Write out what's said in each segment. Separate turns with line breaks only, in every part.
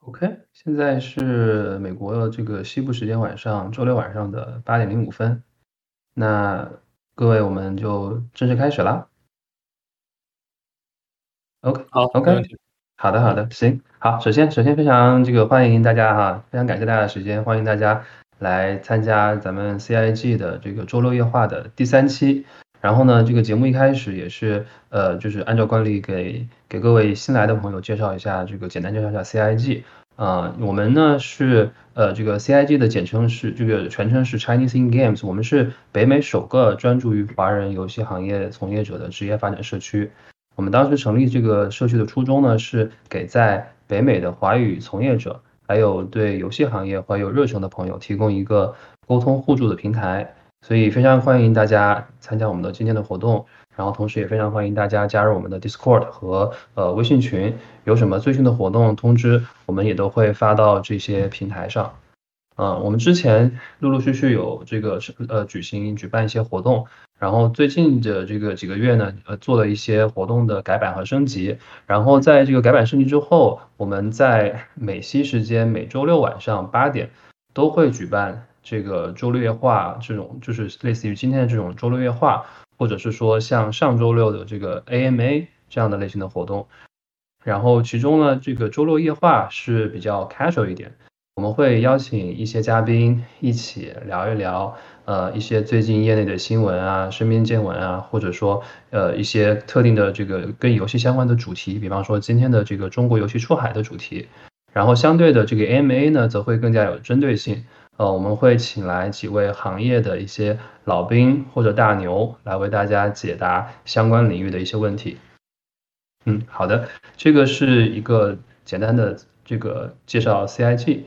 OK，现在是美国这个西部时间晚上，周六晚上的8:05。那各位，我们就正式开始啦。OK
好，没问
OK，
题。
好的好的，行，好，首先非常欢迎大家哈，非常感谢大家的时间，欢迎大家来参加咱们 CIG 的这个周六夜话的第3期。然后呢，这个节目一开始也是就是按照惯例给各位新来的朋友介绍一下简单介绍一下 CIG。我们呢是这个 CIG 的简称是这个全称是 Chinese in Games，我们是北美首个专注于华人游戏行业从业者的职业发展社区。我们当时成立这个社区的初衷呢，是给在北美的华语从业者，还有对游戏行业怀有热诚的朋友提供一个沟通互助的平台。所以非常欢迎大家参加我们的今天的活动，然后同时也非常欢迎大家加入我们的 Discord 和微信群，有什么最新的活动通知，我们也都会发到这些平台上。我们之前陆陆续续有这个举办一些活动，然后最近的这个几个月呢，做了一些活动的改版和升级。然后在这个改版升级之后，我们在美西时间每周六晚上8点都会举办这个周六夜话，这种就是类似于今天的这种周六夜话，或者是说像上周六的这个 AMA 这样的类型的活动。然后其中呢，这个周六夜话是比较 casual 一点。我们会邀请一些嘉宾一起聊一聊，一些最近业内的新闻啊、身边见闻啊，或者说一些特定的这个跟游戏相关的主题，比方说今天的这个中国游戏出海的主题。然后相对的这个 AMA 呢，则会更加有针对性。我们会请来几位行业的一些老兵或者大牛来为大家解答相关领域的一些问题。好的，这个是一个简单的这个介绍 CIG。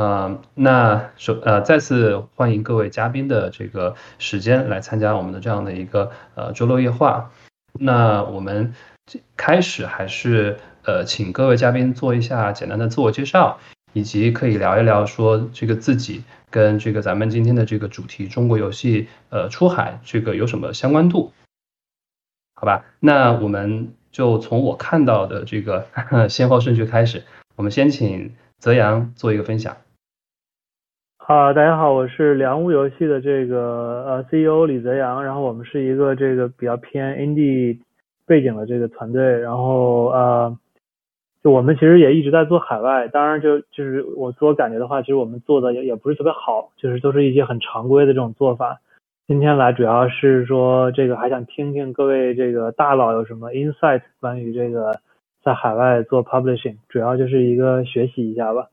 再次欢迎各位嘉宾的这个时间来参加我们的这样的一个周六夜话。那我们开始还是请各位嘉宾做一下简单的自我介绍，以及可以聊一聊说这个自己跟这个咱们今天的这个主题中国游戏出海这个有什么相关度。好吧，那我们就从我看到的这个先后顺序开始，我们先请泽阳做一个分享。
大家好，我是良屋游戏的这个CEO 李泽阳，然后我们是一个这个比较偏 indie 背景的这个团队，然后就我们其实也一直在做海外，当然就是我自我感觉的话，其实我们做的也不是特别好，就是都是一些很常规的这种做法。今天来主要是说这个还想听听各位这个大佬有什么 insight 关于这个在海外做 publishing， 主要就是一个学习一下吧。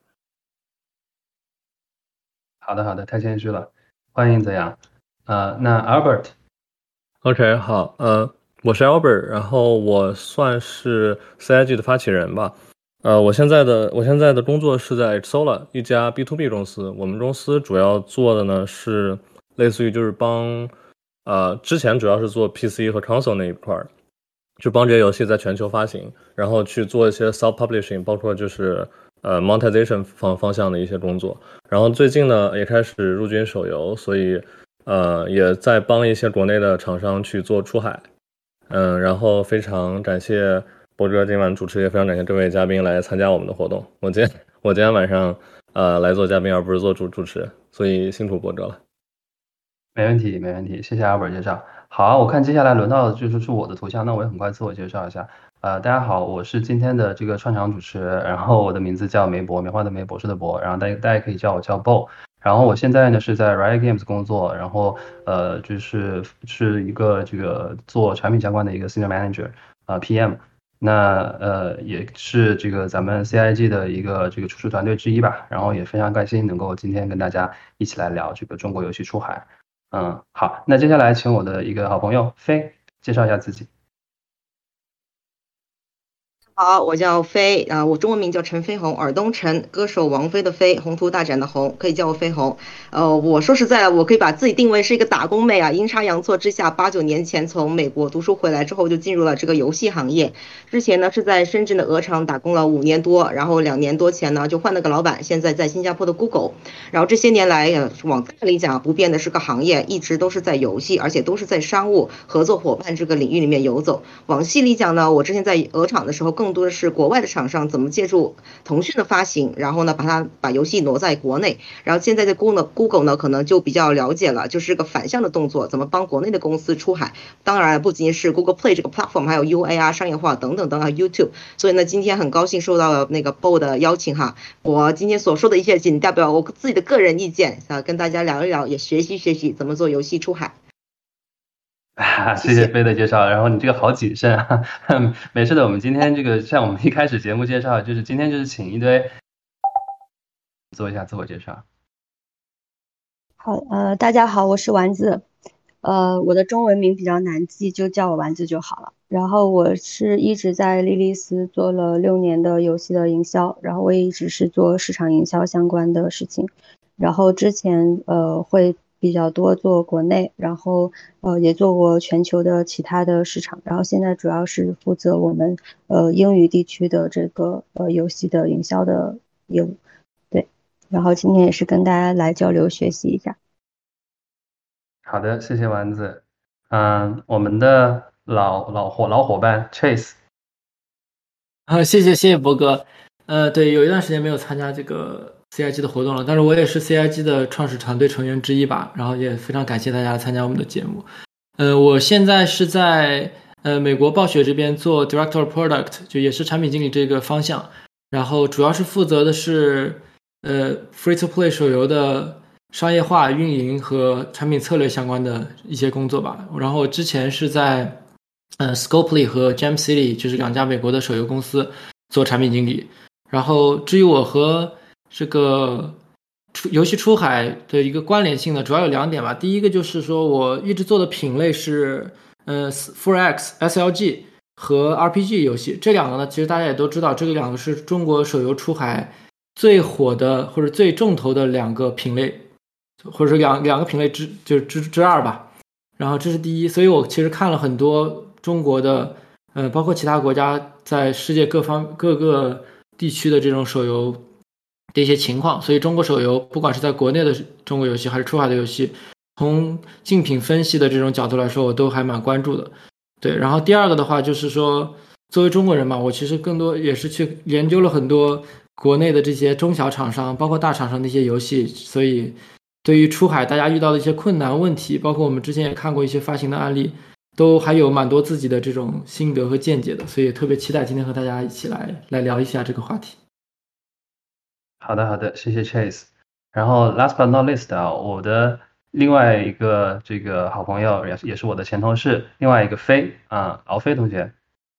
好的，太谦虚了，欢迎泽阳。那
Albert。OK， 好，我是 Albert， 然后我算是 CIG 的发起人吧。我现在的工作是在 Sola 一家 B2B 公司，我们公司主要做的呢是类似于就是帮之前主要是做 PC 和 console 那一块，就帮这些游戏在全球发行，然后去做一些 self publishing， 包括就是monetization 方向的一些工作。然后最近呢也开始入军手游，所以也在帮一些国内的厂商去做出海。然后非常感谢博哲今晚主持，也非常感谢这位嘉宾来参加我们的活动。我今天晚上来做嘉宾而不是做主持，所以辛苦博哲了。
没问题，谢谢 Albert 介绍。好，我看接下来轮到的就是我的头像，那我也很快自我介绍一下。大家好，我是今天的这个串场主持，然后我的名字叫梅博，梅花的梅，博士的博，然后大家可以叫我Bo。然后我现在呢是在 Riot Games 工作，然后是一个这个做产品相关的一个 Senior Manager PM。那也是这个咱们 CIG 的一个这个主持团队之一吧，然后也非常开心能够今天跟大家一起来聊这个中国游戏出海。好，那接下来请我的一个好朋友飞介绍一下自己。
好，我叫飞我中文名叫陈飞鸿，尔东陈，歌手王菲的飞，宏图大展的宏，可以叫我飞鸿。我说实在，我可以把自己定位是一个打工妹啊，阴差阳错之下，8、9年前从美国读书回来之后，就进入了这个游戏行业。之前呢是在深圳的鹅厂打工了5年多，然后2年多前呢就换了个老板，现在在新加坡的 Google。然后这些年来，往大里讲不变的是个行业，一直都是在游戏，而且都是在商务合作伙伴这个领域里面游走。往细里讲呢，我之前在鹅厂的时候更更多的是国外的厂商怎么借助腾讯的发行，然后呢把游戏挪在国内。然后现在的 Google 呢可能就比较了解了，就是个反向的动作，怎么帮国内的公司出海。当然不仅仅是 Google Play 这个 platform， 还有 UA 啊、商业化等等等等 YouTube。所以呢，今天很高兴受到了那个 Bo 的邀请哈。我今天所说的一切仅代表我自己的个人意见啊，跟大家聊一聊，也学习学习怎么做游戏出海。
谢谢飞的介绍，然后你这个好谨慎啊，没事的。我们今天这个像我们一开始节目介绍，就是今天就是请一堆做一下自我介绍。
好，大家好，我是丸子，我的中文名比较难记，就叫我丸子就好了。然后我是一直在莉莉丝做了6年的游戏的营销，然后我也一直是做市场营销相关的事情。然后之前会比较多做国内，然后也做过全球的其他的市场，然后现在主要是负责我们英语地区的这个游戏的营销的业务。对，然后今天也是跟大家来交流学习一下。
好的，谢谢丸子。我们的老伙伴 Chase。
谢谢博哥。对，有一段时间没有参加这个 CIG 的活动了，但是我也是 CIG 的创始团队成员之一吧，然后也非常感谢大家来参加我们的节目。我现在是在美国暴雪这边做 Director of Product， 就也是产品经理这个方向，然后主要是负责的是Free to Play 手游的商业化、运营和产品策略相关的一些工作吧。然后之前是在Scopely 和 Jam City， 就是2家美国的手游公司做产品经理。然后至于我和这个游戏出海的一个关联性呢，主要有2点吧。第一个就是说我一直做的品类是4X SLG 和 RPG 游戏，这2个呢其实大家也都知道，这2个是中国手游出海最火的或者最重头的2个品类，或者是两个品类之二吧。然后这是第一，所以我其实看了很多中国的包括其他国家在世界各个地区的这种手游的一些情况，所以中国手游不管是在国内的中国游戏还是出海的游戏，从竞品分析的这种角度来说，我都还蛮关注的。对，然后第二个的话就是说，作为中国人嘛，我其实更多也是去研究了很多国内的这些中小厂商包括大厂商的一些游戏，所以对于出海大家遇到的一些困难问题，包括我们之前也看过一些发行的案例，都还有蛮多自己的这种心得和见解的，所以特别期待今天和大家一起来聊一下这个话题。
好的，谢谢 Chase。然后 last but not least 啊，我的另外一个这个好朋友也是我的前同事，另外一个飞敖飞同学。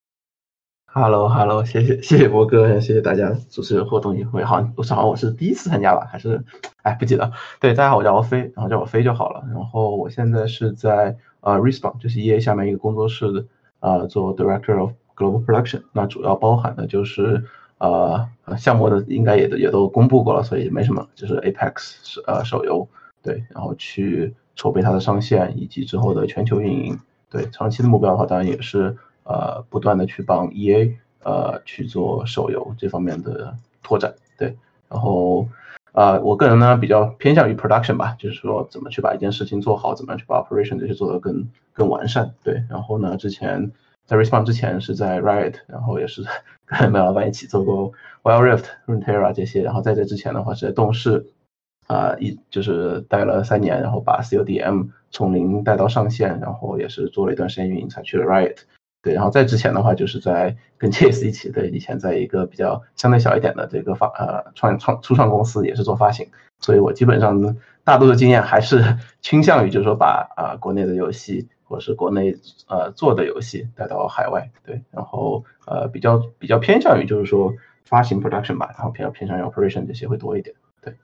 Hello， 谢谢博哥，谢谢大家主持活动也会好，我是第一次参加吧，还是不记得。对，大家好，我叫敖飞，然后叫我飞就好了。然后我现在是在Respawn， 就是 EA 下面一个工作室的做 Director of Global Production， 那主要包含的就是项目的应该也都公布过了，所以没什么，就是 Apex 手游，对，然后去筹备它的上线以及之后的全球运营。对，长期的目标的话，当然也是不断的去帮 EA 去做手游这方面的拓展。对，然后我个人呢比较偏向于 production 吧，就是说怎么去把一件事情做好，怎么样去把 operation 这些做得更完善。对，然后呢之前在 Respawn 之前是在 Riot， 然后也是跟麦老板一起做过 Wild Rift、Runeterra 这些，然后在这之前的话是在动视就是待了3年，然后把 CODM 从零带到上线，然后也是做了一段时间运营才去了 Riot。对，然后在之前的话就是在跟 Chase 一起，对，以前在一个比较相对小一点的这个初创公司也是做发行，所以我基本上大多的经验还是倾向于就是说把国内的游戏或者是国内做的游戏带到海外。对，然后比较偏向于就是说发行 production 吧，然后比较偏向于 operation 这些会多一点。对。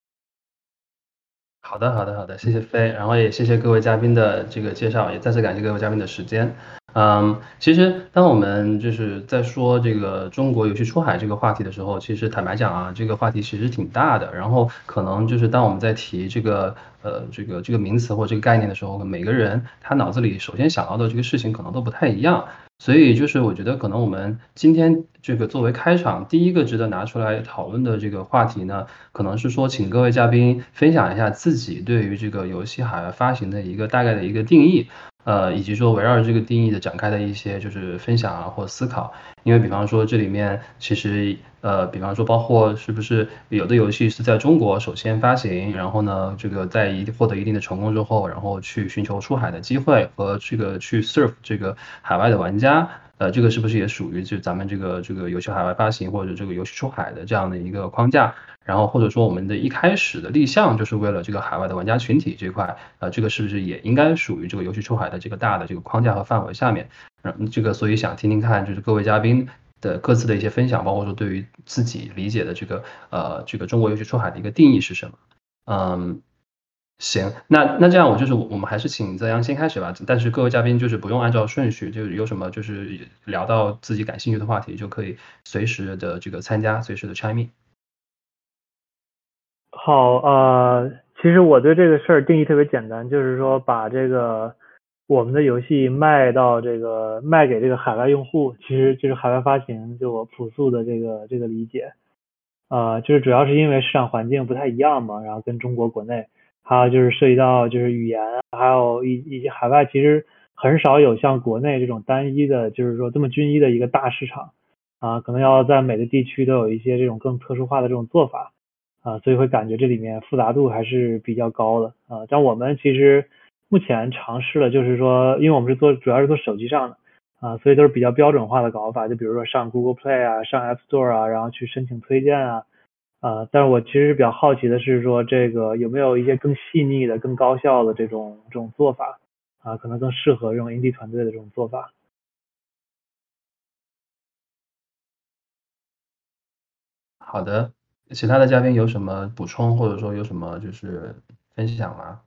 好的，谢谢飞，然后也谢谢各位嘉宾的这个介绍，也再次感谢各位嘉宾的时间。其实当我们就是在说这个中国游戏出海这个话题的时候，其实坦白讲啊，这个话题其实挺大的。然后可能就是当我们在提这个这个名词或这个概念的时候，每个人他脑子里首先想到的这个事情可能都不太一样。所以就是我觉得可能我们今天这个作为开场，第一个值得拿出来讨论的这个话题呢，可能是说请各位嘉宾分享一下自己对于这个游戏海外发行的一个大概的一个定义。 以及说围绕这个定义的展开的一些就是分享啊或思考。因为比方说这里面其实比方说包括是不是有的游戏是在中国首先发行，然后呢这个在获得一定的成功之后，然后去寻求出海的机会和这个去 serve 这个海外的玩家。这个是不是也属于就咱们这个游戏海外发行或者这个游戏出海的这样的一个框架？然后或者说我们的一开始的立项就是为了这个海外的玩家群体这块，这个是不是也应该属于这个游戏出海的这个大的这个框架和范围下面？这个所以想听听看，就是各位嘉宾的各自的一些分享，包括说对于自己理解的这个中国游戏出海的一个定义是什么？行，那这样我们还是请泽阳先开始吧，但是各位嘉宾就是不用按照顺序，就是有什么就是聊到自己感兴趣的话题，就可以随时的这个参加，随时的 chime in。
好，其实我对这个事儿定义特别简单，就是说把这个我们的游戏卖给这个海外用户，其实就是海外发行，就我朴素的这个理解。就是主要是因为市场环境不太一样嘛，然后跟中国国内，还有就是涉及到就是语言，还有以及海外其实很少有像国内这种单一的，就是说这么均一的一个大市场，可能要在每个地区都有一些这种更特殊化的这种做法，所以会感觉这里面复杂度还是比较高的，但我们其实目前尝试了，就是说，因为我们主要是做手机上的。所以都是比较标准化的搞法，就比如说上 Google Play 啊，上 App Store 啊，然后去申请推荐啊，但是我其实比较好奇的是说，这个有没有一些更细腻的、更高效的这种做法可能更适合这种 indie 团队的这种做法。
好的，其他的嘉宾有什么补充，或者说有什么就是分享吗？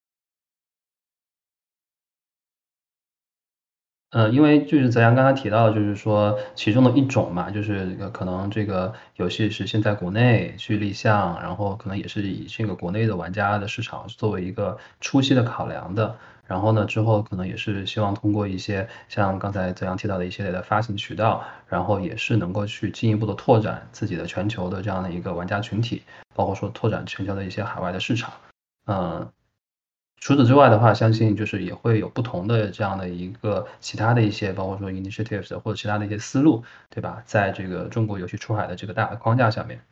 因为就是泽阳刚才提到，就是说其中的一种嘛，就是可能这个游戏是先在国内去立项，然后可能也是以这个国内的玩家的市场作为一个初期的考量的。然后呢，之后可能也是希望通过一些像刚才泽阳提到的一系列的发行渠道，然后也是能够去进一步的拓展自己的全球的这样的一个玩家群体，包括说拓展全球的一些海外的市场。除此之外的话，相信就是也会有不同的这样的一个其他的一些，包括说 initiatives 或者其他的一些思路，对吧？在这个中国游戏出海的这个大的框架下面。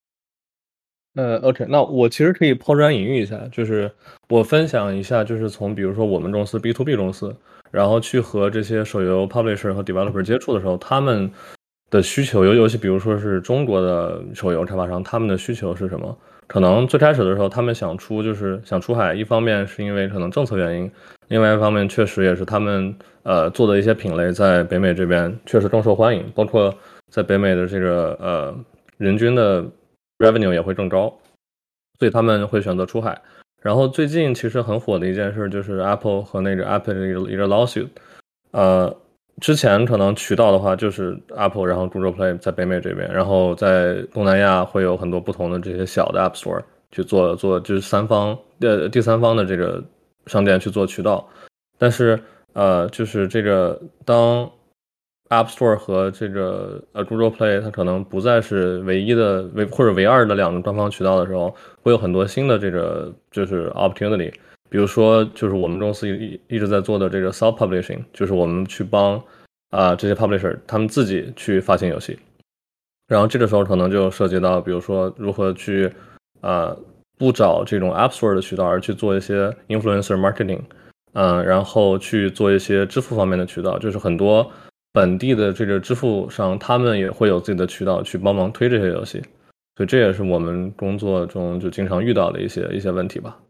OK，那我其实可以抛砖引玉一下，就是我分享一下，就是从比如说我们公司 B2B 公司，然后去和这些手游 publisher 和 developer 接触的时候，他们的需求，尤其比如说是中国的手游开发商，他们的需求是什么？可能最开始的时候，他们想出海，一方面是因为可能政策原因，另外一方面确实也是他们做的一些品类在北美这边确实更受欢迎，包括在北美的这个人均的 revenue 也会更高，所以他们会选择出海。然后最近其实很火的一件事就是 Apple 和那个 Apple 的一个 lawsuit，之前可能渠道的话就是 Apple， 然后 Google Play 在北美这边，然后在东南亚会有很多不同的这些小的 App Store 去做就是第三方的这个商店去做渠道，但是就是这个当 App Store 和这个Google Play 它可能不再是唯二的两个官方渠道的时候，会有很多新的这个就是 opportunity。比如说，就是我们公司一直在做的这个 self publishing， 就是我们去帮这些 publisher 他们自己去发行游戏，然后这个时候可能就涉及到，比如说如何去不找这种 App Store 的渠道，而去做一些 influencer marketing，然后去做一些支付方面的渠道，就是很多本地的这个支付商，他们也会有自己的渠道去帮忙推这些游戏，所以这也是我们工作中就经常遇到的一些问题吧。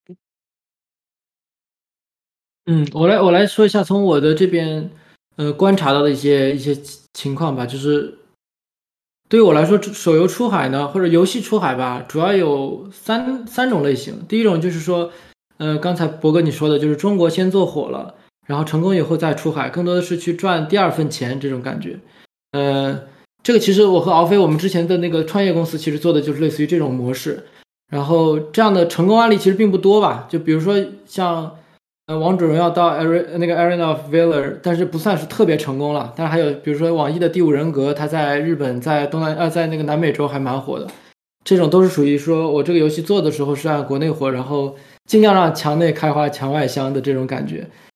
我来说一下从我的这边观察到的一些情况吧，就是对于我来说，手游出海呢，或者游戏出海吧，主要有三种类型。第一种就是说，刚才博哥你说的，就是中国先做火了，然后成功以后再出海，更多的是去赚第二份钱这种感觉。这个其实我和敖飞我们之前的那个创业公司其实做的就是类似于这种模式，然后这样的成功案例其实并不多吧，就比如说像王者荣耀到那个 Arena of Valor， 但是不算是特别成功了。但是还有比如说网易的第五人格，它在日本、在在那个南美洲还蛮火的。这种都是属于说我这个游戏做的时候是按国内火，然后尽量让墙内开花墙外香的这种感觉。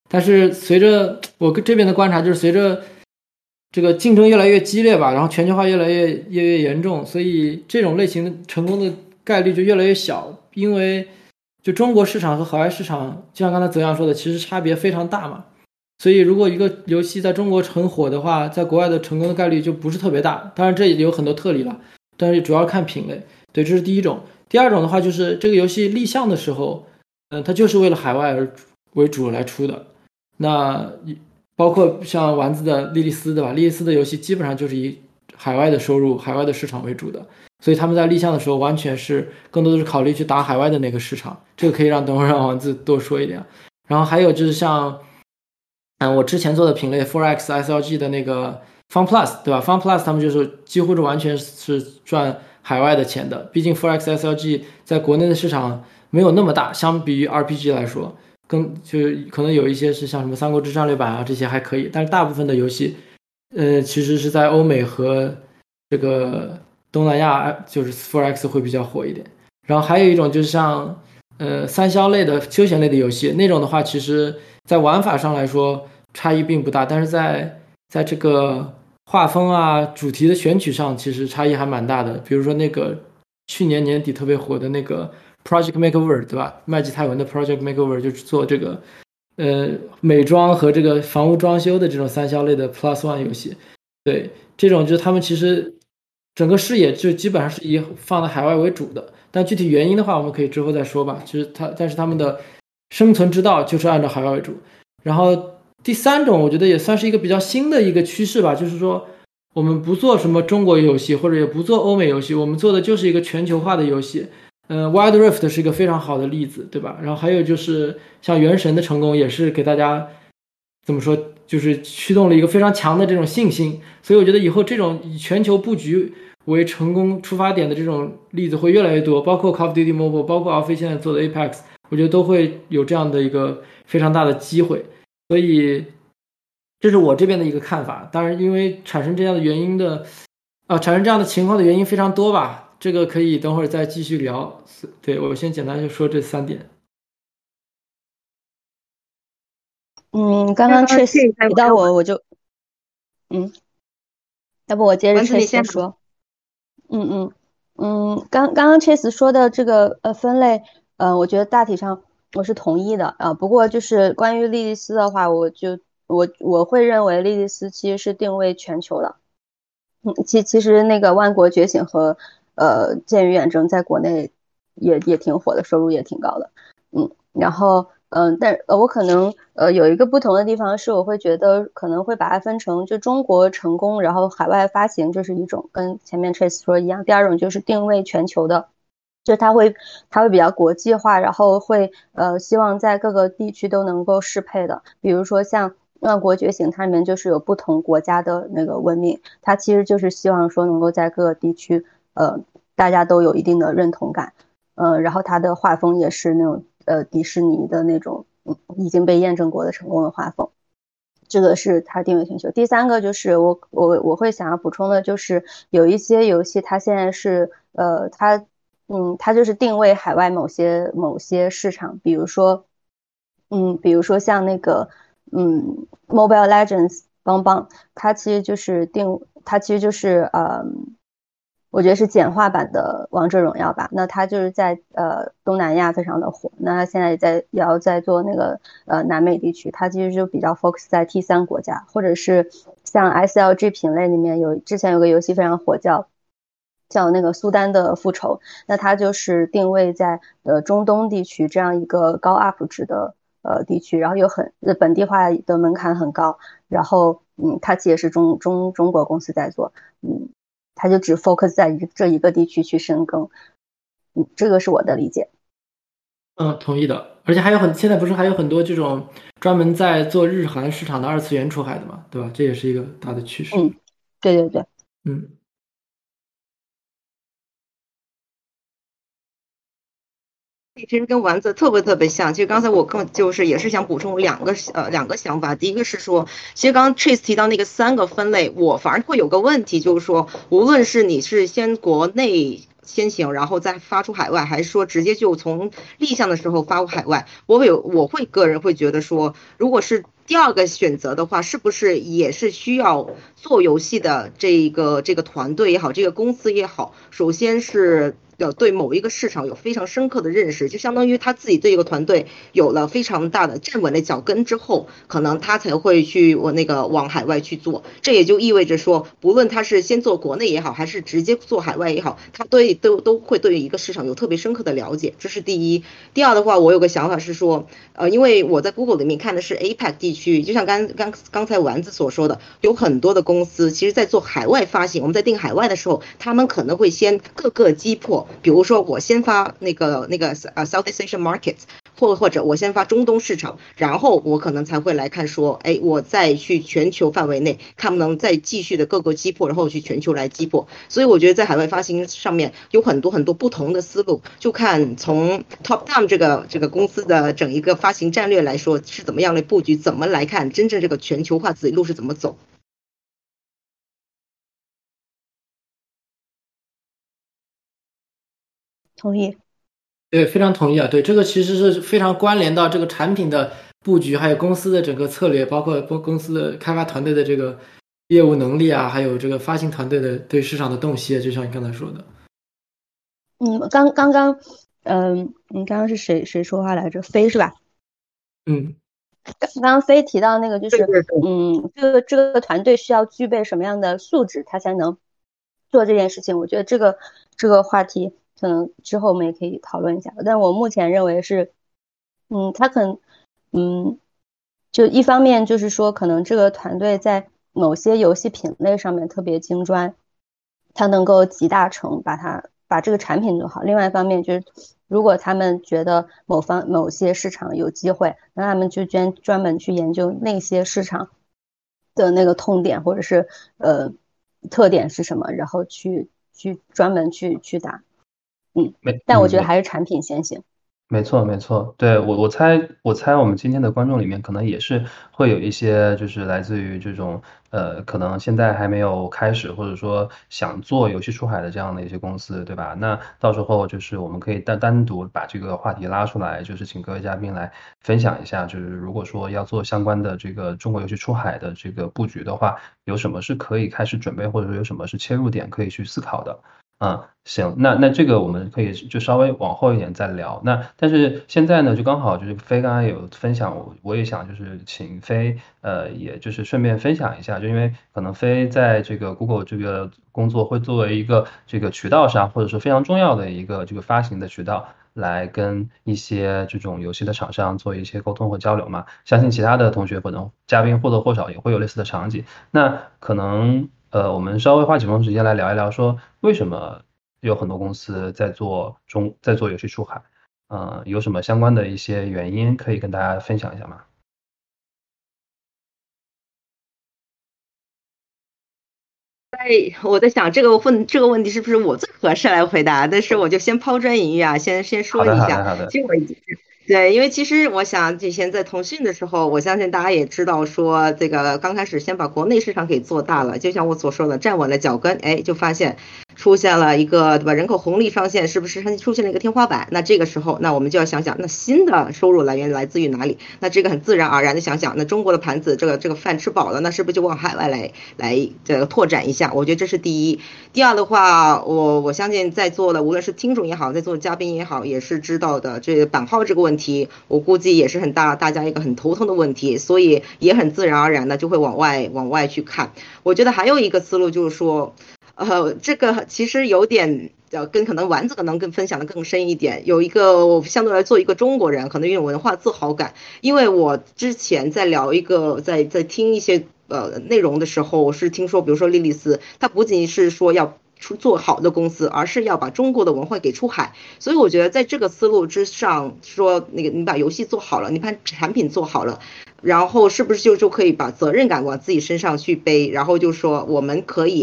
但是随着我这边的观察，就是随着这个竞争越来越激烈吧，然后全球化越来越严重，所以这种类型成功的概率就越来越小。因为就中国市场和海外市场，就像刚才泽阳说的，其实差别非常大嘛。所以如果一个游戏在中国很火的话，在国外的成功的概率就不是特别大。当然这里有很多特例了，但是主要看品类。对，这是第一种。第二种的话，就是这个游戏立项的时候，它就是为了海外为主来出的。那包括像丸子的莉莉丝，对吧？莉莉丝的游戏基本上就是以海外的收入、海外的市场为主的，所以他们在立项的时候完全是更多的是考虑去打海外的那个市场。这个可以等会儿让丸子多说一点。然后还有就是像我之前做的品类 4X SLG 的那个 Fun Plus， 对吧？ Fun Plus 他们就是几乎是完全是赚海外的钱的，毕竟 4X SLG 在国内的市场没有那么大，相比于 RPG 来说，就是可能有一些是像什么三国志战略版啊，这些还可以，但是大部分的游戏其实是在欧美和这个东南亚，就是 4X 会比较火一点。然后还有一种就是像三消类的休闲类的游戏，那种的话其实在玩法上来说差异并不大，但是在这个画风啊主题的选取上其实差异还蛮大的。比如说那个去年年底特别火的那个 Project Makeover， 对吧？麦吉泰文的 Project Makeover 就是做这个美妆和这个房屋装修的这种三消类的 Plus One 游戏。对，这种就是他们其实整个视野就基本上是以放在海外为主的，但具体原因的话我们可以之后再说吧。就是但是他们的生存之道就是按照海外为主。然后第三种我觉得也算是一个比较新的一个趋势吧，就是说我们不做什么中国游戏，或者也不做欧美游戏，我们做的就是一个全球化的游戏。Wild Rift 是一个非常好的例子，对吧？然后还有就是像原神的成功也是给大家怎么说，就是驱动了一个非常强的这种信心。所以我觉得以后这种以全球布局为成功出发点的这种例子会越来越多，包括 Call of Duty Mobile， 包括 Alpha 现在做的 Apex， 我觉得都会有这样的一个非常大的机会。所以这是我这边的一个看法。当然因为产生这样的原因的产生这样的情况的原因非常多吧，这个可以等会儿再继续聊。对，我先简单就说这3点。
刚刚 Trace 提到我就要不我接着 Trace 说。刚刚 Trace 说的这个分类，我觉得大体上我是同意的啊。不过就是关于莉莉丝的话，我会认为莉莉丝其实是定位全球的。其实那个万国觉醒和剑与远征在国内也挺火的，收入也挺高的。然后但我可能有一个不同的地方是，我会觉得可能会把它分成就中国成功，然后海外发行，这是一种跟前面 Trace 说一样。第二种就是定位全球的，就它会比较国际化，然后会希望在各个地区都能够适配的。比如说像万国觉醒，它里面就是有不同国家的那个文明，它其实就是希望说能够在各个地区大家都有一定的认同感。然后它的画风也是那种迪士尼的那种已经被验证过的成功的画风，这个是它定位全球。第三个就是我会想要补充的，就是有一些游戏它现在是它就是定位海外某些市场，比如说像那个Mobile Legends 邦邦，它其实就是我觉得是简化版的王者荣耀吧。那它就是在东南亚非常的火，那它现在也要在做那个南美地区，它其实就比较 focus 在 T3 国家，或者是像 SLG 品类里面之前有个游戏非常火叫那个苏丹的复仇，那它就是定位在中东地区这样一个高 up 值的地区，然后本地化的门槛很高，然后它其实是中国公司在做，它就只 focus 在这一个地区去深耕，这个是我的理解。
同意的。而且现在不是还有很多这种专门在做日韩市场的二次元出海的嘛，对吧？这也是一个大的趋势。
对。
其实跟丸子特别像。其实刚才我也是想补充两个想法。第一个是说，其实刚刚 Trace 提到那个3个分类，我反而会有个问题，就是说，无论是你是先国内先行，然后再发出海外，还是说直接就从立项的时候发出海外？我个人会觉得说，如果是第二个选择的话，是不是也是需要做游戏的这个团队也好，这个公司也好，首先是对某一个市场有非常深刻的认识，就相当于他自己对一个团队有了非常大的站稳了脚跟之后，可能他才会去往海外去做。这也就意味着说，不论他是先做国内也好，还是直接做海外也好，他都会对一个市场有特别深刻的了解，这是第一。第二的话，我有个想法是说，因为我在 Google 里面看的是 APAC 地区，就像刚才丸子所说的，有很多的公司其实在做海外发行，我们在定海外的时候，他们可能会先各个击破。比如说我先发那个Southeast Asian markets， 或者我先发中东市场，然后我可能才会来看说，我再去全球范围内看不能再继续的各个击破，然后去全球来击破。所以我觉得在海外发行上面有很多很多不同的思路，就看从 top down 这个公司的整一个发行战略来说是怎么样的布局，怎么来看真正这个全球化自己路是怎么走。
同意。
对，非常同意啊。对，这个其实是非常关联到这个产品的布局，还有公司的整个策略，包括公司的开发团队的这个业务能力啊，还有这个发行团队的对市场的洞悉，就像你刚才说的。
刚刚，你刚刚是谁说话来着？飞是吧？刚刚飞提到那个就是，这个团队需要具备什么样的素质，他才能做这件事情？我觉得这个话题可能之后我们也可以讨论一下。但我目前认为是，他可能，就一方面就是说，可能这个团队在某些游戏品类上面特别精专，他能够集大成，把这个产品做好。另外一方面就是，如果他们觉得某些市场有机会，那他们就专门去研究那些市场的那个痛点或者是特点是什么，然后去专门去打。但我觉得还是产品先行。
没错，没错，对，我猜我们今天的观众里面可能也是会有一些就是来自于这种可能现在还没有开始或者说想做游戏出海的这样的一些公司，对吧？那到时候就是我们可以单独把这个话题拉出来，就是请各位嘉宾来分享一下，就是如果说要做相关的这个中国游戏出海的这个布局的话，有什么是可以开始准备，或者说有什么是切入点可以去思考的。行，那这个我们可以就稍微往后一点再聊。但是现在呢，就刚好就是飞刚才有分享，我也想就是请飞，也就是顺便分享一下，就因为可能飞在这个 Google 这个工作会作为一个这个渠道上，或者说非常重要的一个这个发行的渠道，来跟一些这种游戏的厂商做一些沟通和交流嘛。相信其他的同学可能嘉宾或多或少也会有类似的场景。那可能我们稍微花几分钟时间来聊一聊，说为什么有很多公司在做游戏出海，有什么相关的一些原因可以跟大家分享一下吗？
我在想这个问题是不是我最合适来回答？但是我就先抛砖引玉啊，先说一下。
好的。
其实对，因为其实我想之前在腾讯的时候，我相信大家也知道说，这个刚开始先把国内市场给做大了，就像我所说的，站稳了脚跟，就发现出现了一个对吧人口红利上限，是不是出现了一个天花板？那这个时候，那我们就要想想，那新的收入来源来自于哪里？那这个很自然而然的想想，那中国的盘子这个饭吃饱了，那是不是就往海外来这个拓展一下？我觉得这是第一。第二的话，我相信在座的无论是听众也好，在座的嘉宾也好，也是知道的，这个版号这个问题，我估计也是大家一个很头疼的问题，所以也很自然而然的就会往外去看。我觉得还有一个思路就是说，这个其实有点跟可能丸子可能更分享的更深一点。有一个我相对来做一个中国人，可能有文化自豪感，因为我之前在聊一个在听一些内容的时候，我是听说，比如说莉莉丝，它不仅是说要做好的公司，而是要把中国的文化给出海。所以我觉得在这个思路之上，说那个你把游戏做好了，你把产品做好了，然后是不是就可以把责任感往自己身上去背？然后就说我们可以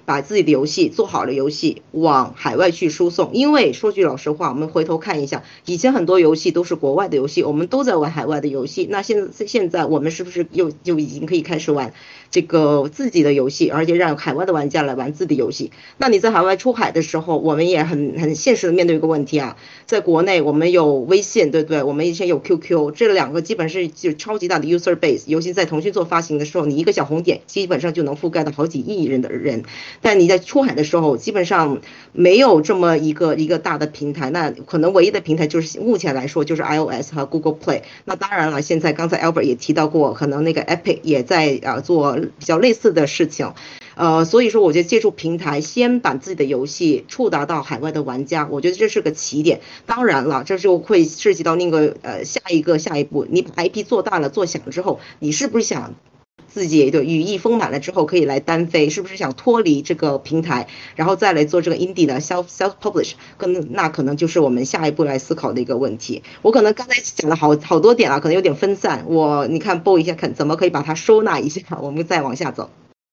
把自己的游戏做好了，游戏往海外去输送。因为说句老实话，我们回头看一下，以前很多游戏都是国外的游戏，我们都在玩海外的游戏。那现在我们是不是就已经可以开始玩这个自己的游戏，而且让海外的玩家来玩自己的游戏？那你在海外出海的时候，我们也很现实的面对一个问题啊，在国内我们有微信，对不对？我们以前有 QQ， 这两个基本是就超级大的 user base， 尤其在腾讯做发行的时候，你一个小红点基本上就能覆盖到好几亿人的人。但你在出海的时候，基本上没有这么一个大的平台，那可能唯一的平台就是目前来说就是 iOS 和 Google Play。那当然了，现在刚才 Albert 也提到过，可能那个 Epic 也在做比较类似的事情。所以说我觉得借助平台先把自己的游戏触达到海外的玩家，我觉得这是个起点。当然了，这就会涉及到那个下一步，你把 IP 做大了做响之后，你是不是想自己的羽翼丰满了之后可以来单飞，是不是想脱离这个平台，然后再来做这个 indie 的 self publish， 那可能就是我们下一步来思考的一个问题。我可能刚才讲了好多点了，可能有点分散，你看播一下看怎么可以把它收纳一下，我们再往下走。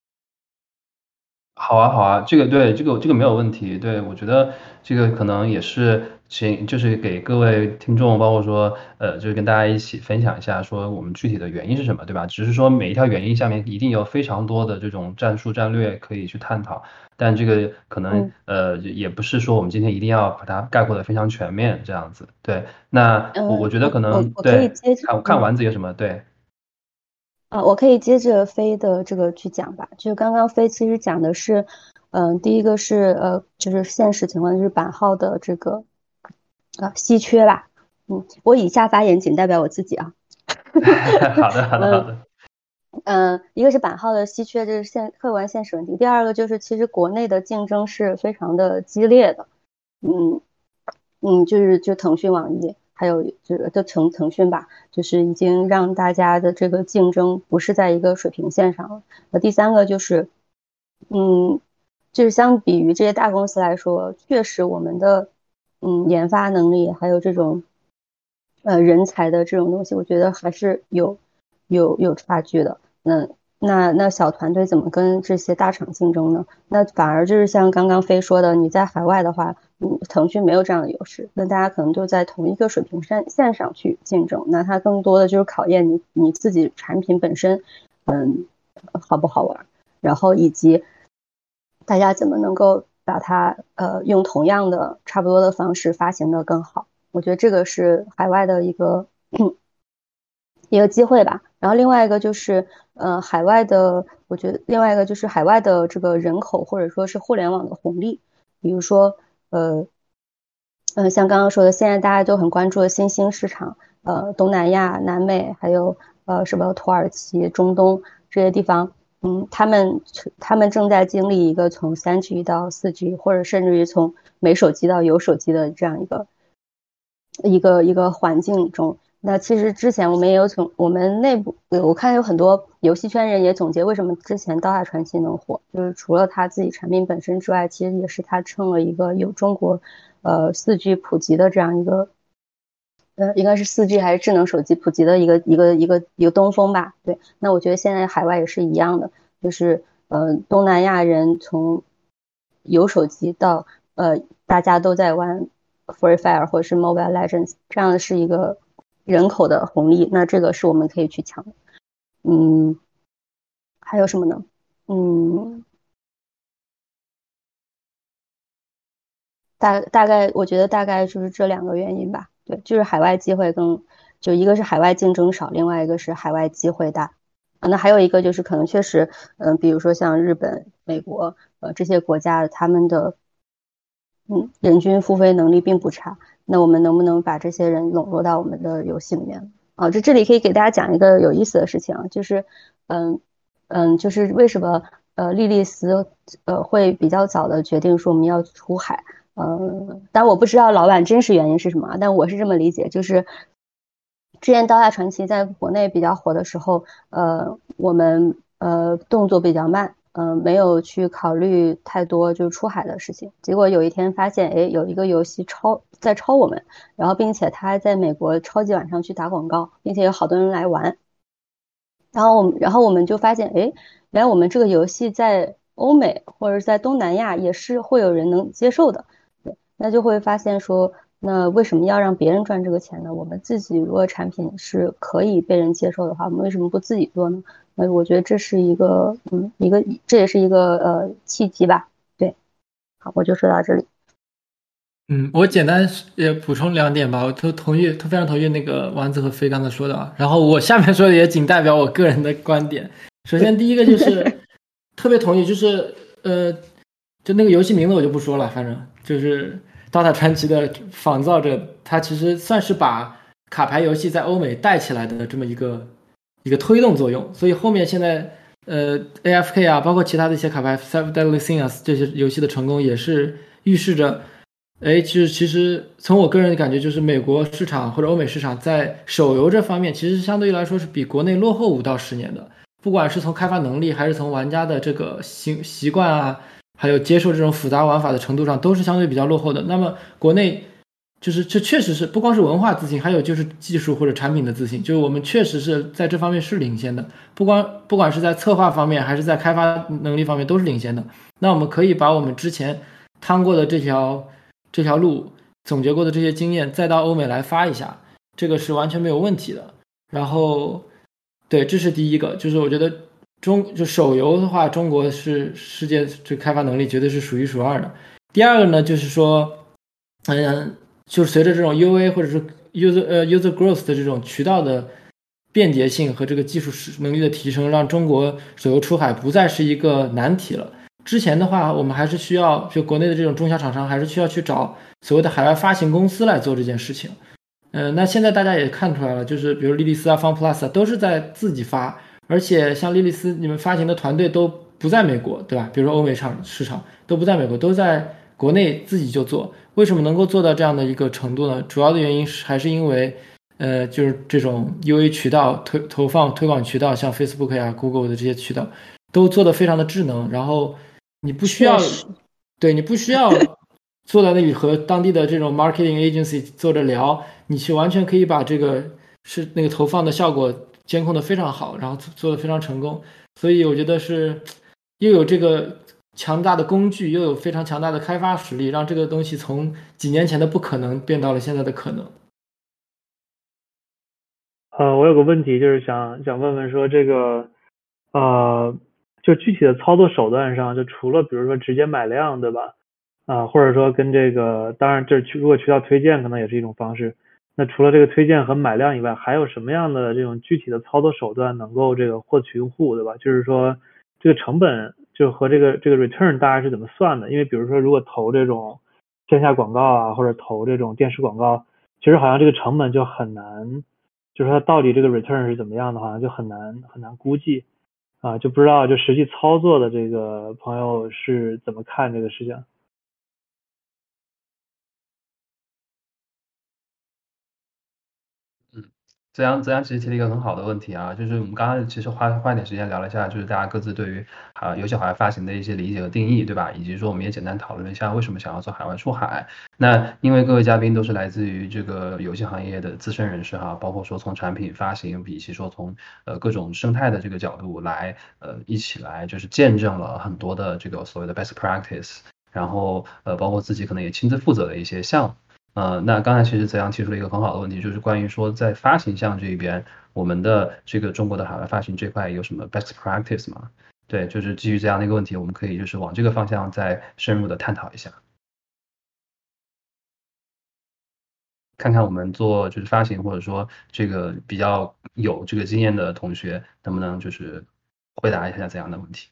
好啊，这个没有问题。对，我觉得这个可能也是就是给各位听众，包括说就是跟大家一起分享一下，说我们具体的原因是什么，对吧？只是说每一条原因下面一定有非常多的这种战略可以去探讨，但这个可能也不是说我们今天一定要把它概括的非常全面这样子。对，那我觉得可能对看丸子有什么对。
我可以接着飞的这个去讲吧。就刚刚飞其实讲的是，第一个是就是现实情况就是版号的这个稀缺吧。我以下发言仅代表我自己啊。
好的。
一个是版号的稀缺，这是客观现实问题。第二个就是其实国内的竞争是非常的激烈的。就腾讯、网易。还有这个腾讯吧，就是已经让大家的这个竞争不是在一个水平线上了。第三个就是，就是相比于这些大公司来说，确实我们的研发能力还有这种人才的这种东西，我觉得还是有差距的。那小团队怎么跟这些大厂竞争呢？那反而就是像刚刚飞说的，你在海外的话，腾讯没有这样的优势，那大家可能就在同一个水平线上去竞争。那它更多的就是考验你自己产品本身，好不好玩，然后以及大家怎么能够把它用同样的差不多的方式发行的更好。我觉得这个是海外的一个机会吧。然后另外一个就是海外的，我觉得另外一个就是海外的这个人口或者说是互联网的红利，比如说像刚刚说的，现在大家都很关注的新兴市场，东南亚、南美，还有什么土耳其、中东这些地方，他们正在经历一个从3G 到4G，或者甚至于从没手机到有手机的这样一个环境中。那其实之前我们也有从我们内部，我看有很多游戏圈人也总结为什么之前刀塔传奇能火，就是除了他自己产品本身之外，其实也是他蹭了一个有中国4G 普及的这样一个应该是4G 还是智能手机普及的一个东风吧。对，那我觉得现在海外也是一样的，就是东南亚人从有手机到大家都在玩 Free Fire 或者是 Mobile Legends， 这样的是一个人口的红利，那这个是我们可以去抢的。还有什么呢？大概我觉得大概就是这2个原因吧。对，就是海外机会就一个是海外竞争少，另外一个是海外机会大。那还有一个就是可能确实，比如说像日本、美国这些国家，他们的人均付费能力并不差。那我们能不能把这些人笼络到我们的游戏里面？这里可以给大家讲一个有意思的事情啊，就是就是为什么莉莉丝会比较早的决定说我们要出海。但我不知道老板真实原因是什么，但我是这么理解，就是之前刀塔传奇在国内比较火的时候，我们动作比较慢，没有去考虑太多就是出海的事情。结果有一天发现，有一个游戏在抄我们，然后并且他还在美国超级晚上去打广告，并且有好多人来玩。然后我们就发现，原来我们这个游戏在欧美或者在东南亚也是会有人能接受的。对，那就会发现说，那为什么要让别人赚这个钱呢？我们自己如果产品是可以被人接受的话，我们为什么不自己做呢？我觉得这是一个这也是一个契机吧。对，好，我就说到这里。
我简单也补充2点吧，我都非常同意那个丸子和飞刚才说的啊。然后我下面说的也仅代表我个人的观点。首先第一个就是特别同意，就是就那个游戏名字我就不说了，反正就是DOTA 传奇的仿造者，它其实算是把卡牌游戏在欧美带起来的这么一个推动作用。所以后面现在AFK 啊，包括其他的一些卡牌 Seven Deadly Sins 这些游戏的成功，也是预示着就是其实从我个人的感觉，就是美国市场或者欧美市场在手游这方面，其实相对于来说是比国内落后5到10年的。不管是从开发能力，还是从玩家的这个习惯啊，还有接受这种复杂玩法的程度上，都是相对比较落后的。那么国内就是这确实是不光是文化自信，还有就是技术或者产品的自信，就是我们确实是在这方面是领先的。不管是在策划方面，还是在开发能力方面，都是领先的。那我们可以把我们之前趟过的这条路总结过的这些经验再到欧美来发一下，这个是完全没有问题的。然后对，这是第一个，就是我觉得就手游的话，中国是世界这开发能力绝对是数1数2的。第二个呢，就是说就随着这种 UA 或者是 user growth 的这种渠道的便捷性和这个技术能力的提升，让中国手游出海不再是一个难题了。之前的话，我们还是需要就国内的这种中小厂商还是需要去找所谓的海外发行公司来做这件事情。那现在大家也看出来了，就是比如莉莉丝啊、FunPlus 啊，都是在自己发，而且像莉莉丝你们发行的团队都不在美国，对吧？比如说欧美市场都不在美国，都在国内自己就做。为什么能够做到这样的一个程度呢？主要的原因还是因为就是这种 UA 渠道投放推广渠道，像 Facebook 呀、Google 的这些渠道都做得非常的智能，然后你不需要坐在那里和当地的这种 marketing agency 坐着聊，你是完全可以把这个是那个投放的效果监控的非常好，然后做的非常成功。所以我觉得是又有这个强大的工具，又有非常强大的开发实力，让这个东西从几年前的不可能变到了现在的可能。
我有个问题，就是想问问说这个就具体的操作手段上，就除了比如说直接买量，对吧？或者说跟这个，当然这如果渠道推荐可能也是一种方式。那除了这个推荐和买量以外，还有什么样的这种具体的操作手段能够这个获取用户，对吧？就是说这个成本就和这个 return 大概是怎么算的？因为比如说如果投这种线下广告啊，或者投这种电视广告，其实好像这个成本就很难，就是说它到底这个 return 是怎么样的，好像就很难估计就不知道就实际操作的这个朋友是怎么看这个事情。
泽阳其实提了一个很好的问题啊，就是我们刚刚其实花一点时间聊了一下，就是大家各自对于游戏海外发行的一些理解和定义，对吧？以及说我们也简单讨论了一下为什么想要做海外出海。那因为各位嘉宾都是来自于这个游戏行业的资深人士哈，包括说从产品发行，以及说从各种生态的这个角度来一起来就是见证了很多的这个所谓的 best practice， 然后包括自己可能也亲自负责的一些项目。那刚才其实泽阳提出了一个很好的问题，就是关于说在发行项这一边，我们的这个中国的海外发行这块有什么 best practice 吗？对，就是基于这样的一个问题，我们可以就是往这个方向再深入的探讨一下，看看我们做就是发行或者说这个比较有这个经验的同学能不能就是回答一下这样的问题。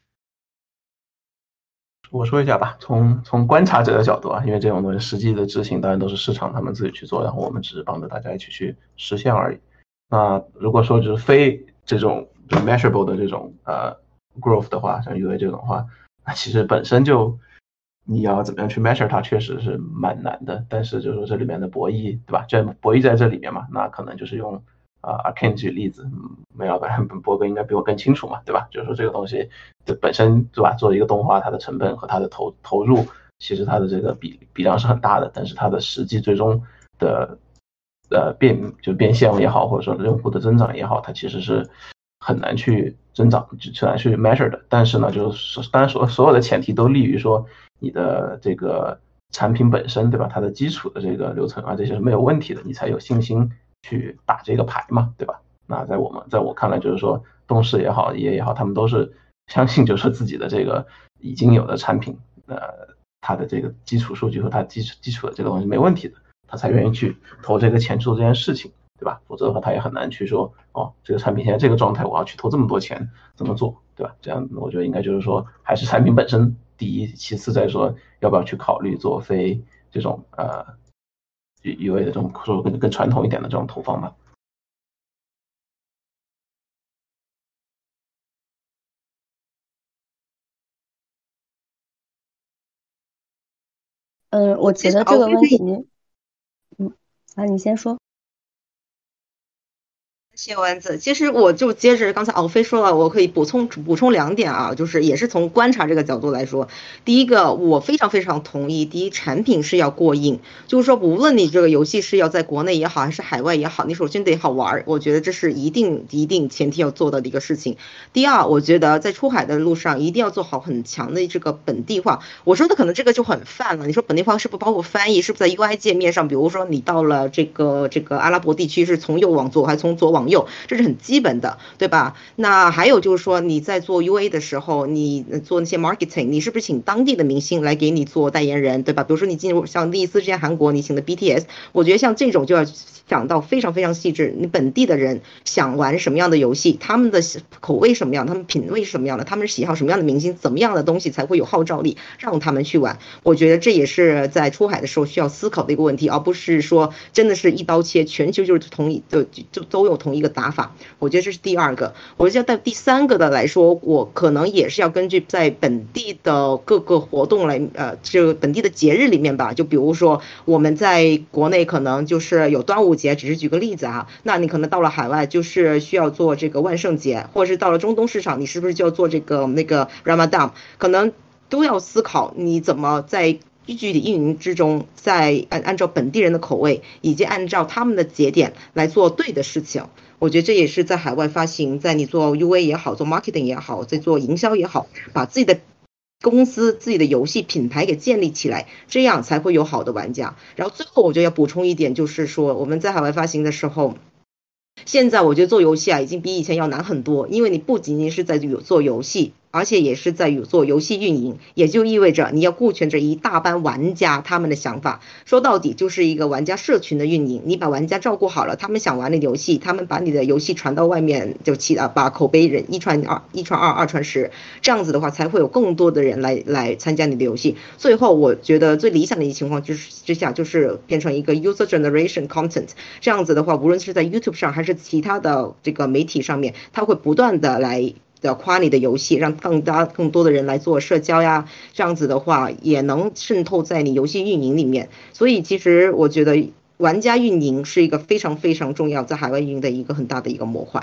我说一下吧，从观察者的角度啊，因为这种东西实际的执行当然都是市场他们自己去做，然后我们只是帮着大家一起去实现而已。那如果说就是非这种 measurable 的这种growth 的话，像 UA 这种的话，那其实本身就你要怎么样去 measure 它，确实是蛮难的。但是就是说这里面的博弈，对吧？这博弈在这里面嘛，那可能就是用Arcane 举例子，没有，博哥应该比我更清楚嘛，对吧？就是说这个东西这本身对吧？做一个动画，它的成本和它的投入，其实它的这个比量是很大的，但是它的实际最终的变现也好，或者说用户的增长也好，它其实是很难去增长，很难去 measure 的。但是呢，就是当然所有的前提都利于说你的这个产品本身，对吧？它的基础的这个流程啊，这些是没有问题的，你才有信心去打这个牌嘛，对吧？那在我看来，就是说动视也好，也好，他们都是相信就是自己的这个已经有的产品，它的这个基础数据和它基础的这个东西没问题的，他才愿意去投这个钱去做这件事情，对吧？否则的话，他也很难去说，哦，这个产品现在这个状态，我要去投这么多钱，怎么做，对吧？这样我觉得应该就是说，还是产品本身第一，其次再说要不要去考虑做非这种UA 的这种说更传统一点的这种投放吧。
我觉得这个问题，你先说。
谢丸子，其实我就接着刚才敖飞说了，我可以补充2点啊，就是也是从观察这个角度来说，第一个我非常非常同意，第一产品是要过硬，就是说无论你这个游戏是要在国内也好还是海外也好，你首先得好玩，我觉得这是一定前提要做到的一个事情。第二，我觉得在出海的路上一定要做好很强的这个本地化。我说的可能这个就很泛了，你说本地化是不是包括翻译？是不是在 UI 界面上，比如说你到了这个阿拉伯地区是从右往左还是从左往右，这是很基本的，对吧？那还有就是说你在做 UA 的时候，你做那些 marketing， 你是不是请当地的明星来给你做代言人，对吧？比如说你进入像第一次之前韩国你请的 BTS， 我觉得像这种就要想到非常非常细致，你本地的人想玩什么样的游戏，他们的口味什么样，他们品味是什么样的，他们喜好什么样的明星，怎么样的东西才会有号召力，让他们去玩。我觉得这也是在出海的时候需要思考的一个问题，而不是说真的是一刀切，全球就是就都有同一个打法。我觉得这是第二个。我觉得第三个的来说，我可能也是要根据在本地的各个活动来，就本地的节日里面吧，就比如说我们在国内可能就是有端午节，只是举个例子啊，那你可能到了海外就是需要做这个万圣节，或者是到了中东市场，你是不是就要做这个那个 Ramadan， 可能都要思考你怎么在具体运营之中，在按照本地人的口味以及按照他们的节点来做对的事情。我觉得这也是在海外发行，在你做 UA 也好，做 marketing 也好，在做营销也好，把自己的公司、自己的游戏品牌给建立起来，这样才会有好的玩家。然后最后我就要补充一点，就是说我们在海外发行的时候，现在我觉得做游戏啊，已经比以前要难很多，因为你不仅仅是在做游戏，而且也是在做游戏运营，也就意味着你要顾全这一大班玩家他们的想法。说到底就是一个玩家社群的运营，你把玩家照顾好了，他们想玩的游戏，他们把你的游戏传到外面，就把口碑人一传二，二传十，这样子的话才会有更多的人来参加你的游戏。最后我觉得最理想的一个情况就是变成一个 user generation content， 这样子的话，无论是在 YouTube 上还是其他的这个媒体上面，它会不断的来夸你的游戏，让更多的人来做社交呀，这样子的话也能渗透在你游戏运营里面。所以其实我觉得玩家运营是一个非常非常重要，在海外运营的一个很大的一个模块。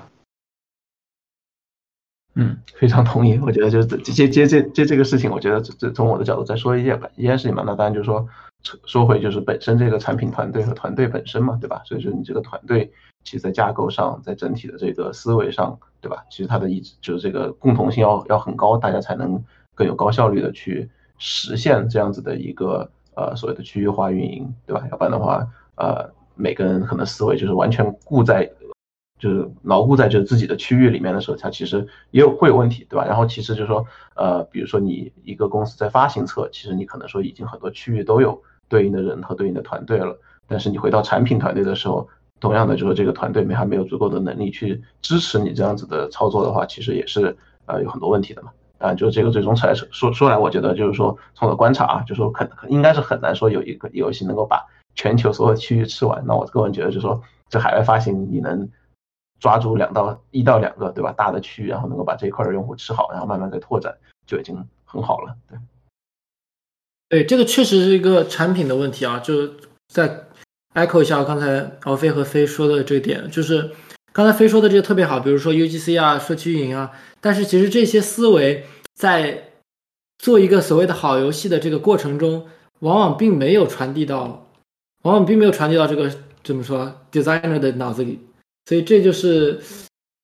非常同意。我觉得就是这个事情，我觉得这从我的角度再说一件事情嘛。那当然就是说回就是本身这个产品团队和团队本身嘛，对吧？所以说你这个团队其实在架构上，在整体的这个思维上，对吧？其实它的就是这个共同性要很高，大家才能更有高效率的去实现这样子的一个所谓的区域化运营，对吧？要不然的话，每个人可能思维就是完全就是牢固在就是自己的区域里面的时候，它其实会有问题，对吧？然后其实就是说，比如说你一个公司在发行侧，其实你可能说已经很多区域都有对应的人和对应的团队了，但是你回到产品团队的时候，同样的就是说这个团队还没有足够的能力去支持你这样子的操作的话，其实也是有很多问题的嘛。就这个最终说来，我觉得就是说从我的观察啊，就是说应该是很难说有一个游戏能够把全球所有区域吃完。那我个人觉得就是说，这海外发行你能抓住1到2个，对吧？大的区域，然后能够把这一块的用户吃好，然后慢慢再拓展，就已经很好了。
对，这个确实是一个产品的问题啊。就再 echo 一下刚才敖飞和飞说的这个点，就是刚才飞说的这个特别好，比如说 UGC 啊、社区运营啊，但是其实这些思维在做一个所谓的好游戏的这个过程中，往往并没有传递到这个怎么说 designer 的脑子里。所以这就是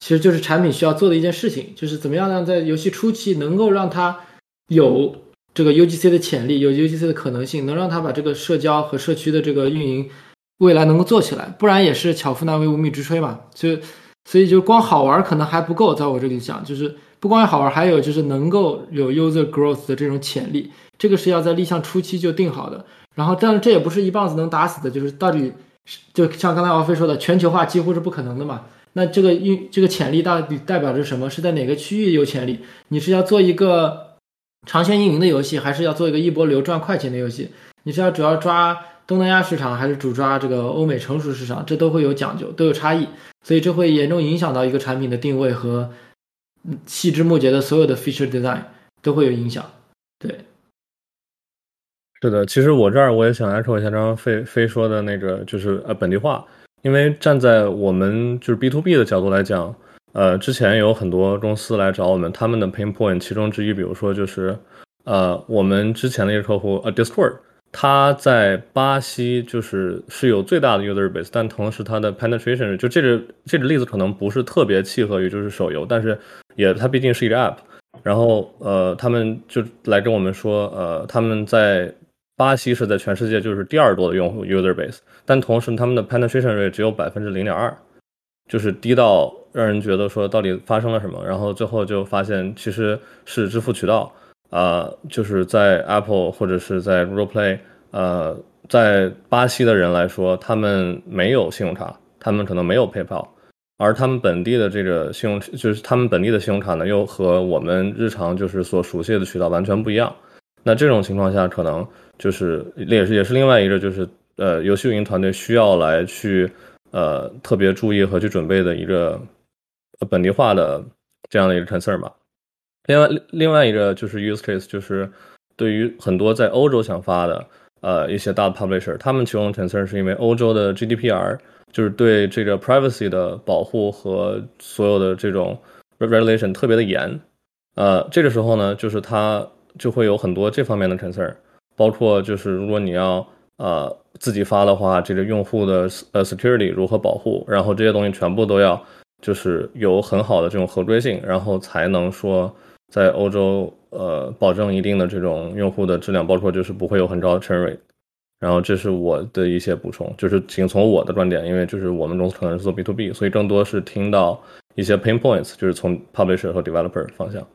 其实就是产品需要做的一件事情，就是怎么样让在游戏初期能够让它有这个 UGC 的潜力，有 UGC 的可能性，能让它把这个社交和社区的这个运营未来能够做起来，不然也是巧妇难为无米之炊嘛。所以就光好玩可能还不够，在我这里讲，就是不光好玩，还有就是能够有 user growth 的这种潜力，这个是要在立项初期就定好的。然后，但是这也不是一棒子能打死的，就是到底就像刚才王飞说的，全球化几乎是不可能的嘛。那这个潜力到底代表着什么？是在哪个区域有潜力？你是要做一个长线运营的游戏，还是要做一个一波流赚快钱的游戏？你是要主要抓东南亚市场，还是主抓这个欧美成熟市场？这都会有讲究，都有差异，所以这会严重影响到一个产品的定位和细枝末节的所有的 feature design 都会有影响。对，
是的，其实我这儿我也想echo一下刚刚飞说的那个，就是本地化，因为站在我们就是 B to B 的角度来讲，之前有很多公司来找我们，他们的 pain point 其中之一，比如说就是我们之前的一个客户Discord， 它在巴西是有最大的 user base， 但同时它的 penetration 就这个例子可能不是特别契合于就是手游，但是它毕竟是一个 app， 然后他们就来跟我们说他们在巴西是在全世界就是第2多的用户 user base， 但同时他们的 penetration rate 只有 0.2%， 就是低到让人觉得说到底发生了什么，然后最后就发现其实是支付渠道就是在 Apple 或者是在 Google Play， 在巴西的人来说，他们没有信用卡，他们可能没有 PayPal， 而他们本地的这个就是他们本地的信用卡呢，又和我们日常就是所熟悉的渠道完全不一样。那这种情况下，可能就是也是另外一个就是游戏运营团队需要来去特别注意和去准备的一个本地化的这样的一个 concern 吧。另外一个就是 use case， 就是对于很多在欧洲想发的一些大的 publisher， 他们其中的 concern 是因为欧洲的 GDPR 就是对这个 privacy 的保护和所有的这种 regulation 特别的严。这个时候呢，就是它就会有很多这方面的 concern， 包括就是如果你要自己发的话，这个用户的security 如何保护，然后这些东西全部都要就是有很好的这种合规性，然后才能说在欧洲保证一定的这种用户的质量，包括就是不会有很高的 churn rate。然后这是我的一些补充，就是仅从我的观点，因为就是我们公司可能是做 B2B， 所以更多是听到一些 pain points， 就是从 publisher 和 developer 方向。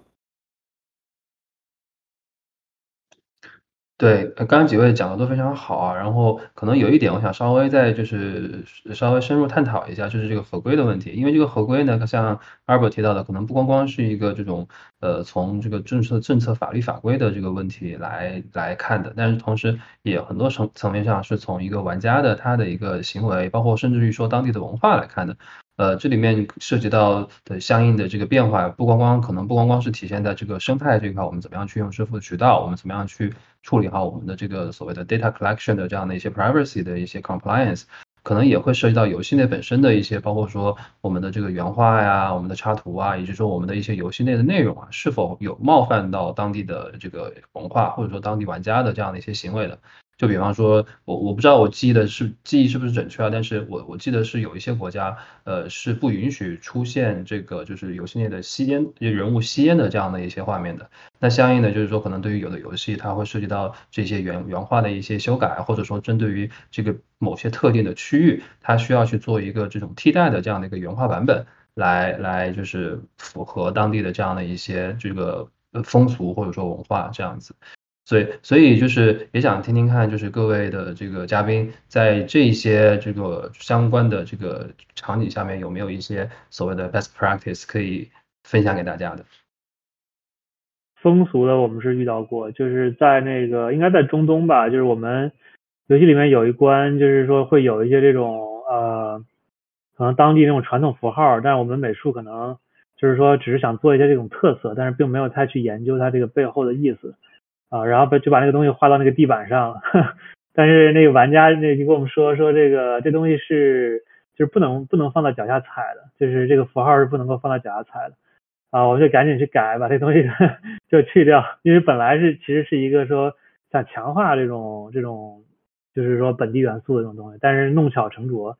对，刚刚几位讲的都非常好啊，然后可能有一点我想稍微再就是稍微深入探讨一下，就是这个合规的问题。因为这个合规呢，像 Albert 提到的，可能不光光是一个这种从这个政策法律法规的这个问题来看的，但是同时也有很多层面上是从一个玩家的他的一个行为，包括甚至于说当地的文化来看的。这里面涉及到的相应的这个变化，可能不光光是体现在这个生态这一块，我们怎么样去用支付的渠道，我们怎么样去处理好我们的这个所谓的 data collection 的这样的一些 privacy 的一些 compliance，可能也会涉及到游戏内本身的一些，包括说我们的这个原画呀、我们的插图啊，以及说我们的一些游戏内的内容啊，是否有冒犯到当地的这个文化，或者说当地玩家的这样的一些行为的。就比方说，我不知道我记忆是不是准确啊？但是我记得是有一些国家，是不允许出现这个就是游戏内的吸烟人物吸烟的这样的一些画面的。那相应的就是说，可能对于有的游戏，它会涉及到这些原画的一些修改，或者说针对于这个某些特定的区域，它需要去做一个这种替代的这样的一个原画版本，来就是符合当地的这样的一些这个风俗或者说文化这样子。所以就是也想听听看，就是各位的这个嘉宾在这一些这个相关的这个场景下面有没有一些所谓的 best practice 可以分享给大家的？
风俗的我们是遇到过，就是在那个应该在中东吧，就是我们游戏里面有一关，就是说会有一些这种可能当地那种传统符号，但是我们美术可能就是说只是想做一些这种特色，但是并没有太去研究它这个背后的意思然后就把那个东西画到那个地板上，但是那个玩家就跟我们说这东西是就是不能放到脚下踩的，就是这个符号是不能够放到脚下踩的我就赶紧去改，把这东西就去掉，因为本来其实是一个说想强化这种就是说本地元素的这种东西，但是弄巧成拙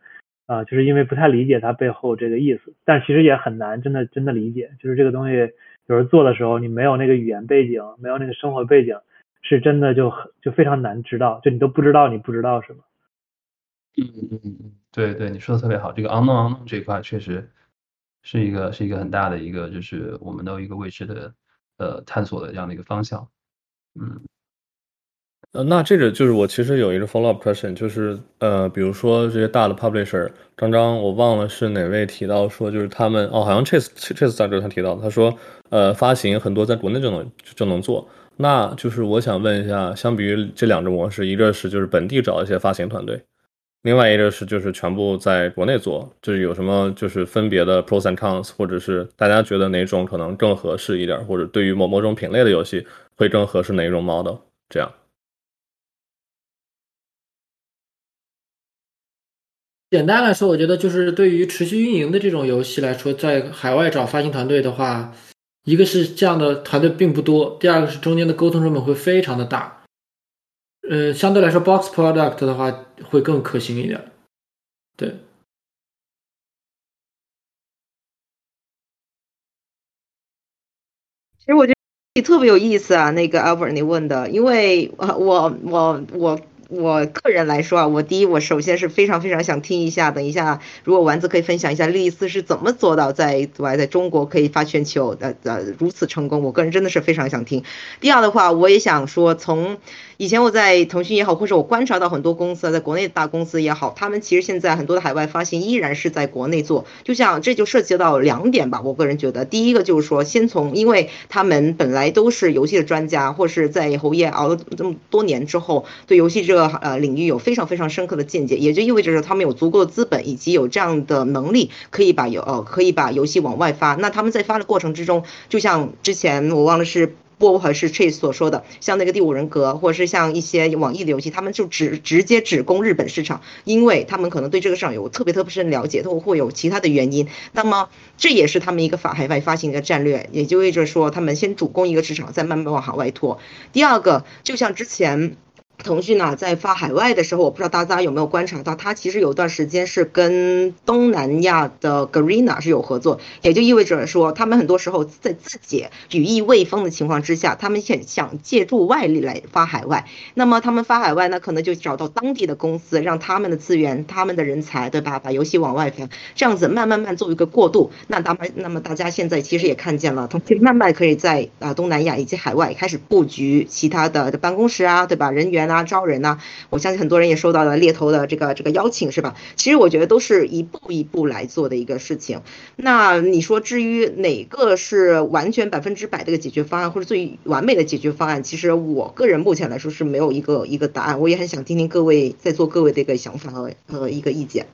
就是因为不太理解它背后这个意思，但其实也很难真的理解，就是这个东西有时候做的时候，你没有那个语言背景，没有那个生活背景，是真的就非常难知道，就你都不知道你不知道什么。
对对，你说的特别好，这个 unknown 这一块确实是一个很大的一个，就是我们的一个未知的探索的这样的一个方向。
那这个就是我其实有一个 follow up question，就是比如说这些大的 publisher， 刚刚我忘了是哪位提到说，就是他们好像 Chase 大哥他提到，他说发行很多在国内就能做。那就是我想问一下，相比于这两种模式，一个是就是本地找一些发行团队，另外一个是就是全部在国内做，就是有什么就是分别的 pros and cons， 或者是大家觉得哪种可能更合适一点，或者对于某种品类的游戏会更合适哪一种 model 这样。
简单来说，我觉得就是对于持续运营的这种游戏来说，在海外找发行团队的话，一个是这样的团队并不多，第二个是中间的沟通成本会非常的大。相对来说 ，box product 的话会更可行一点。对。
其实我觉得特别有意思啊，那个 Albert 你问的，因为我个人来说啊，我首先是非常非常想听一下，等一下如果丸子可以分享一下莉莉丝是怎么做到在中国可以发全球的如此成功，我个人真的是非常想听。第二的话，我也想说，从以前我在腾讯也好，或者我观察到很多公司在国内的大公司也好，他们其实现在很多的海外发行依然是在国内做，就像这就涉及到2点吧，我个人觉得，第一个就是说，先从因为他们本来都是游戏的专家，或是在侯爷熬了这么多年之后，对游戏这个领域有非常非常深刻的见解，也就意味着他们有足够的资本以及有这样的能力，可以把游戏往外发。那他们在发的过程之中，就像之前我忘了是波还是 Chase 所说的，像那个第5人格，或者是像一些网易的游戏，他们就直接只攻日本市场，因为他们可能对这个市场有特别深了解，都会有其他的原因。那么这也是他们一个海外发行的战略，也就意味着说他们先主攻一个市场，再慢慢往海外拓。第二个，就像之前腾讯呢在发海外的时候，我不知道大家有没有观察到，它其实有段时间是跟东南亚的 Garena 是有合作，也就意味着说他们很多时候在自己羽翼未丰的情况之下，他们想借助外力来发海外。那么他们发海外呢，可能就找到当地的公司，让他们的资源、他们的人才，对吧，把游戏往外发，这样子慢慢做一个过渡。那么大家现在其实也看见了，腾讯慢慢可以在东南亚以及海外开始布局其他的办公室啊，对吧，人员啊，招人啊，我相信很多人也收到了猎头的这个邀请，是吧？其实我觉得都是一步一步来做的一个事情。那你说至于哪个是完全100%的一个解决方案，或者最完美的解决方案，其实我个人目前来说是没有一个答案。我也很想听听各位的一个想法和一个意见。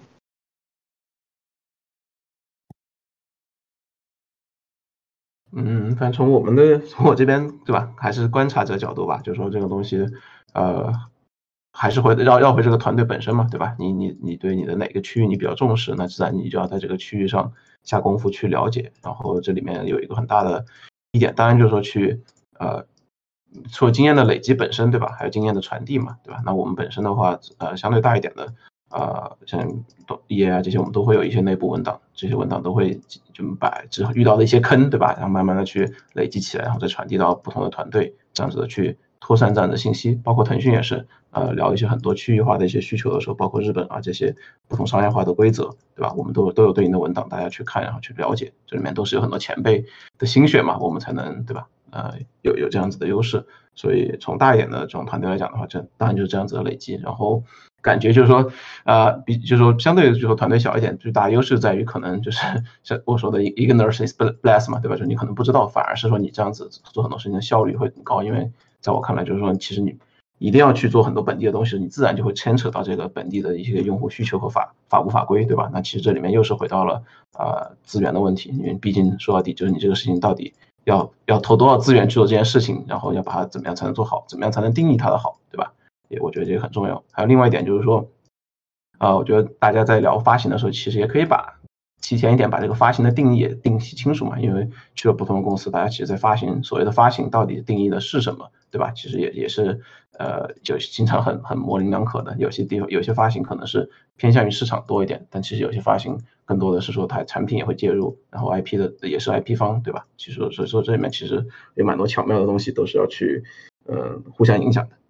反正从我这边，对吧，还是观察者角度吧，就是说这个东西还是绕回这个团队本身嘛，对吧？你对你的哪个区域你比较重视，那自然你就要在这个区域上下功夫去了解。然后这里面有一个很大的一点，当然就是说去除了经验的累积本身，对吧？还有经验的传递嘛，对吧？那我们本身的话，相对大一点的像EA 啊这些，我们都会有一些内部文档，这些文档都会就把遇到的一些坑，对吧？然后慢慢的去累积起来，然后再传递到不同的团队，这样子的去扩散这样的信息。包括腾讯也是聊一些很多区域化的一些需求的时候，包括日本啊这些不同商业化的规则，对吧？我们都有对应的文档，大家去看，然后去了解，这里面都是有很多前辈的心血嘛，我们才能，对吧？有这样子的优势。所以从大一点的这种团队来讲的话，这当然就是这样子的累积。然后感觉就是说就是说相对就是说团队小一点，最大优势在于可能就是像我说的ignorance is bliss 嘛，对吧？就你可能不知道，反而是说你这样子做很多事情的效率会很高。因为在我看来，就是说其实你一定要去做很多本地的东西，你自然就会牵扯到这个本地的一些用户需求和法不法规，对吧？那其实这里面又是回到了资源的问题，因为毕竟说到底就是你这个事情到底要投多少资源去做这件事情，然后要把它怎么样才能做好，怎么样才能定义它的好，对吧？我觉得这个很重要。还有另外一点就是说我觉得大家在聊发行的时候，其实也可以提前一点把这个发行的定义也定清楚嘛。因为去了不同的公司，大家其实在所谓的发行到底定义的是什么， 对吧？其实也是就经常很模棱两可的。有些发行可能是偏向于市场多一点，但其实有些发行更多的是说它产品也会介入，然后 IP 的也是 IP 方，对吧？其实所以说这里面其实有蛮多巧妙的东西都是要去互相影响的。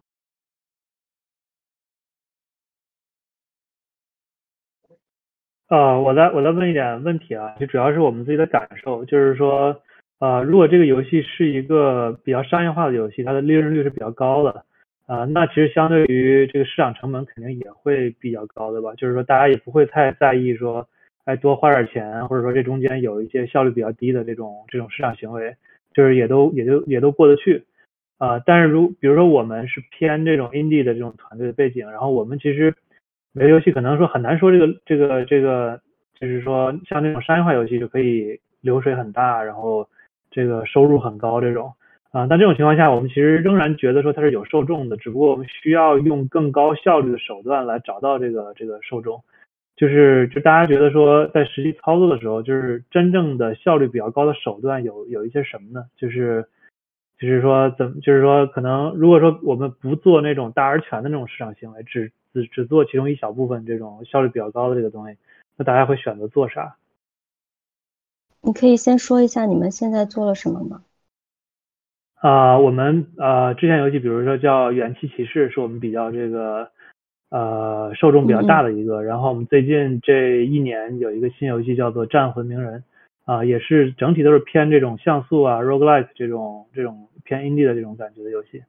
我再问一点问题啊，就主要是我们自己的感受，就是说，如果这个游戏是一个比较商业化的游戏，它的利润率是比较高的，那其实相对于这个市场成本肯定也会比较高，对吧？就是说大家也不会太在意说，哎，多花点钱，或者说这中间有一些效率比较低的这种市场行为，就是也都过得去。但是比如说我们是偏这种 indie 的这种团队的背景，然后我们其实每个游戏可能说很难说这个，就是说像那种商业化游戏就可以流水很大，然后这个收入很高这种但这种情况下，我们其实仍然觉得说它是有受众的，只不过我们需要用更高效率的手段来找到这个受众。就大家觉得说在实际操作的时候，就是真正的效率比较高的手段有一些什么呢？就是说就是说可能如果说我们不做那种大而全的那种市场行为，只做其中一小部分这种效率比较高的这个东西，那大家会选择做啥？
你可以先说一下你们现在做了什么吗？
我们之前游戏比如说叫元气骑士，是我们比较这个受众比较大的一个，然后我们最近这一年有一个新游戏叫做战魂鸣人，也是整体都是偏这种像素啊 roguelike 这种偏 indie 的这种感觉的游戏。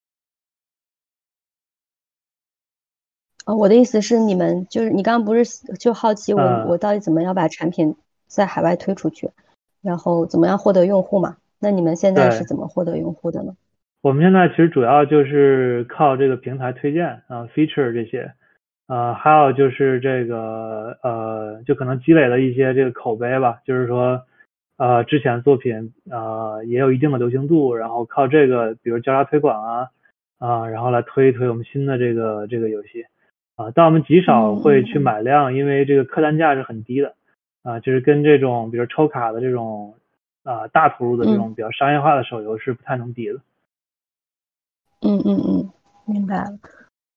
我的意思是你们就是你刚刚不是就好奇我到底怎么样把产品在海外推出去，然后怎么样获得用户嘛？那你们现在是怎么获得用户的呢？
我们现在其实主要就是靠这个平台推荐feature 这些，还有就是这个就可能积累了一些这个口碑吧，就是说之前作品也有一定的流行度，然后靠这个比如交叉推广然后来推一推我们新的这个游戏但我们极少会去买量，因为这个客单价是很低的就是跟这种比如抽卡的这种大投入的这种比较商业化的手游是不太能比的。
明白了。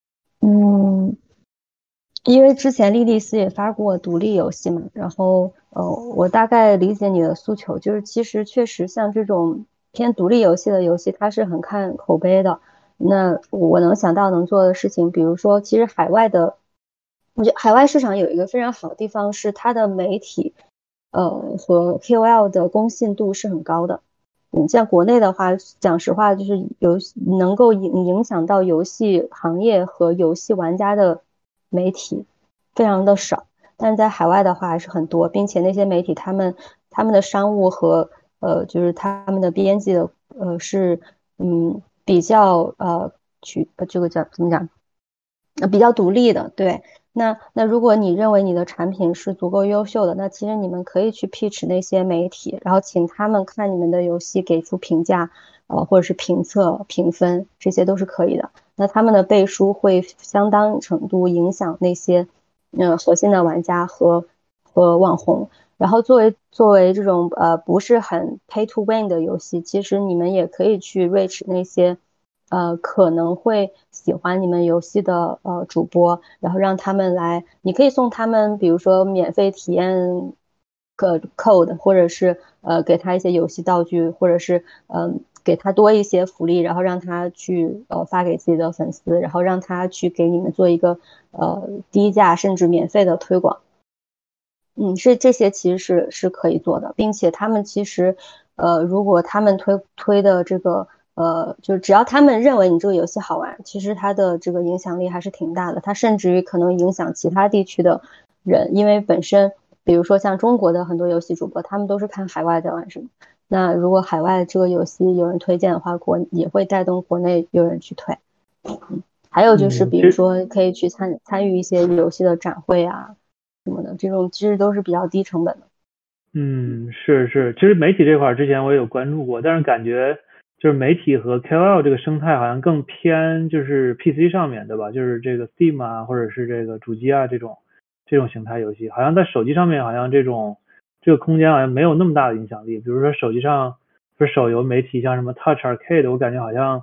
因为之前莉莉丝也发过独立游戏嘛，然后我大概理解你的诉求，就是其实确实像这种偏独立游戏的游戏，它是很看口碑的。那我能想到能做的事情，比如说，其实我觉得海外市场有一个非常好的地方是它的媒体，和 KOL 的公信度是很高的。像国内的话，讲实话，就是能够影响到游戏行业和游戏玩家的媒体非常的少，但是在海外的话还是很多，并且那些媒体他们的商务和就是他们的编辑的是比较这个叫怎么讲比较独立的，对。那如果你认为你的产品是足够优秀的，那其实你们可以去 pitch 那些媒体，然后请他们看你们的游戏，给出评价，或者是评测、评分，这些都是可以的。那他们的背书会相当程度影响那些核心的玩家和网红。然后作为这种不是很 pay to win 的游戏，其实你们也可以去 reach 那些可能会喜欢你们游戏的主播，然后让他们来，你可以送他们比如说免费体验个 code， 或者是给他一些游戏道具，或者是给他多一些福利，然后让他去发给自己的粉丝，然后让他去给你们做一个低价甚至免费的推广。这些其实是可以做的，并且他们其实如果他们推的这个就是只要他们认为你这个游戏好玩，其实它的这个影响力还是挺大的，它甚至于可能影响其他地区的人，因为本身比如说像中国的很多游戏主播，他们都是看海外在玩什么，那如果海外这个游戏有人推荐的话，也会带动国内有人去推。还有就是比如说可以去参与一些游戏的展会啊什么的，这种其实都是比较低成本的。
是，其实媒体这块之前我也有关注过，但是感觉就是媒体和 KOL 这个生态好像更偏就是 PC 上面，对吧？就是这个 Steam 啊，或者是这个主机这种形态游戏，好像在手机上面好像这个空间好像没有那么大的影响力。比如说手机上不是手游媒体像什么 Touch Arcade，我感觉好像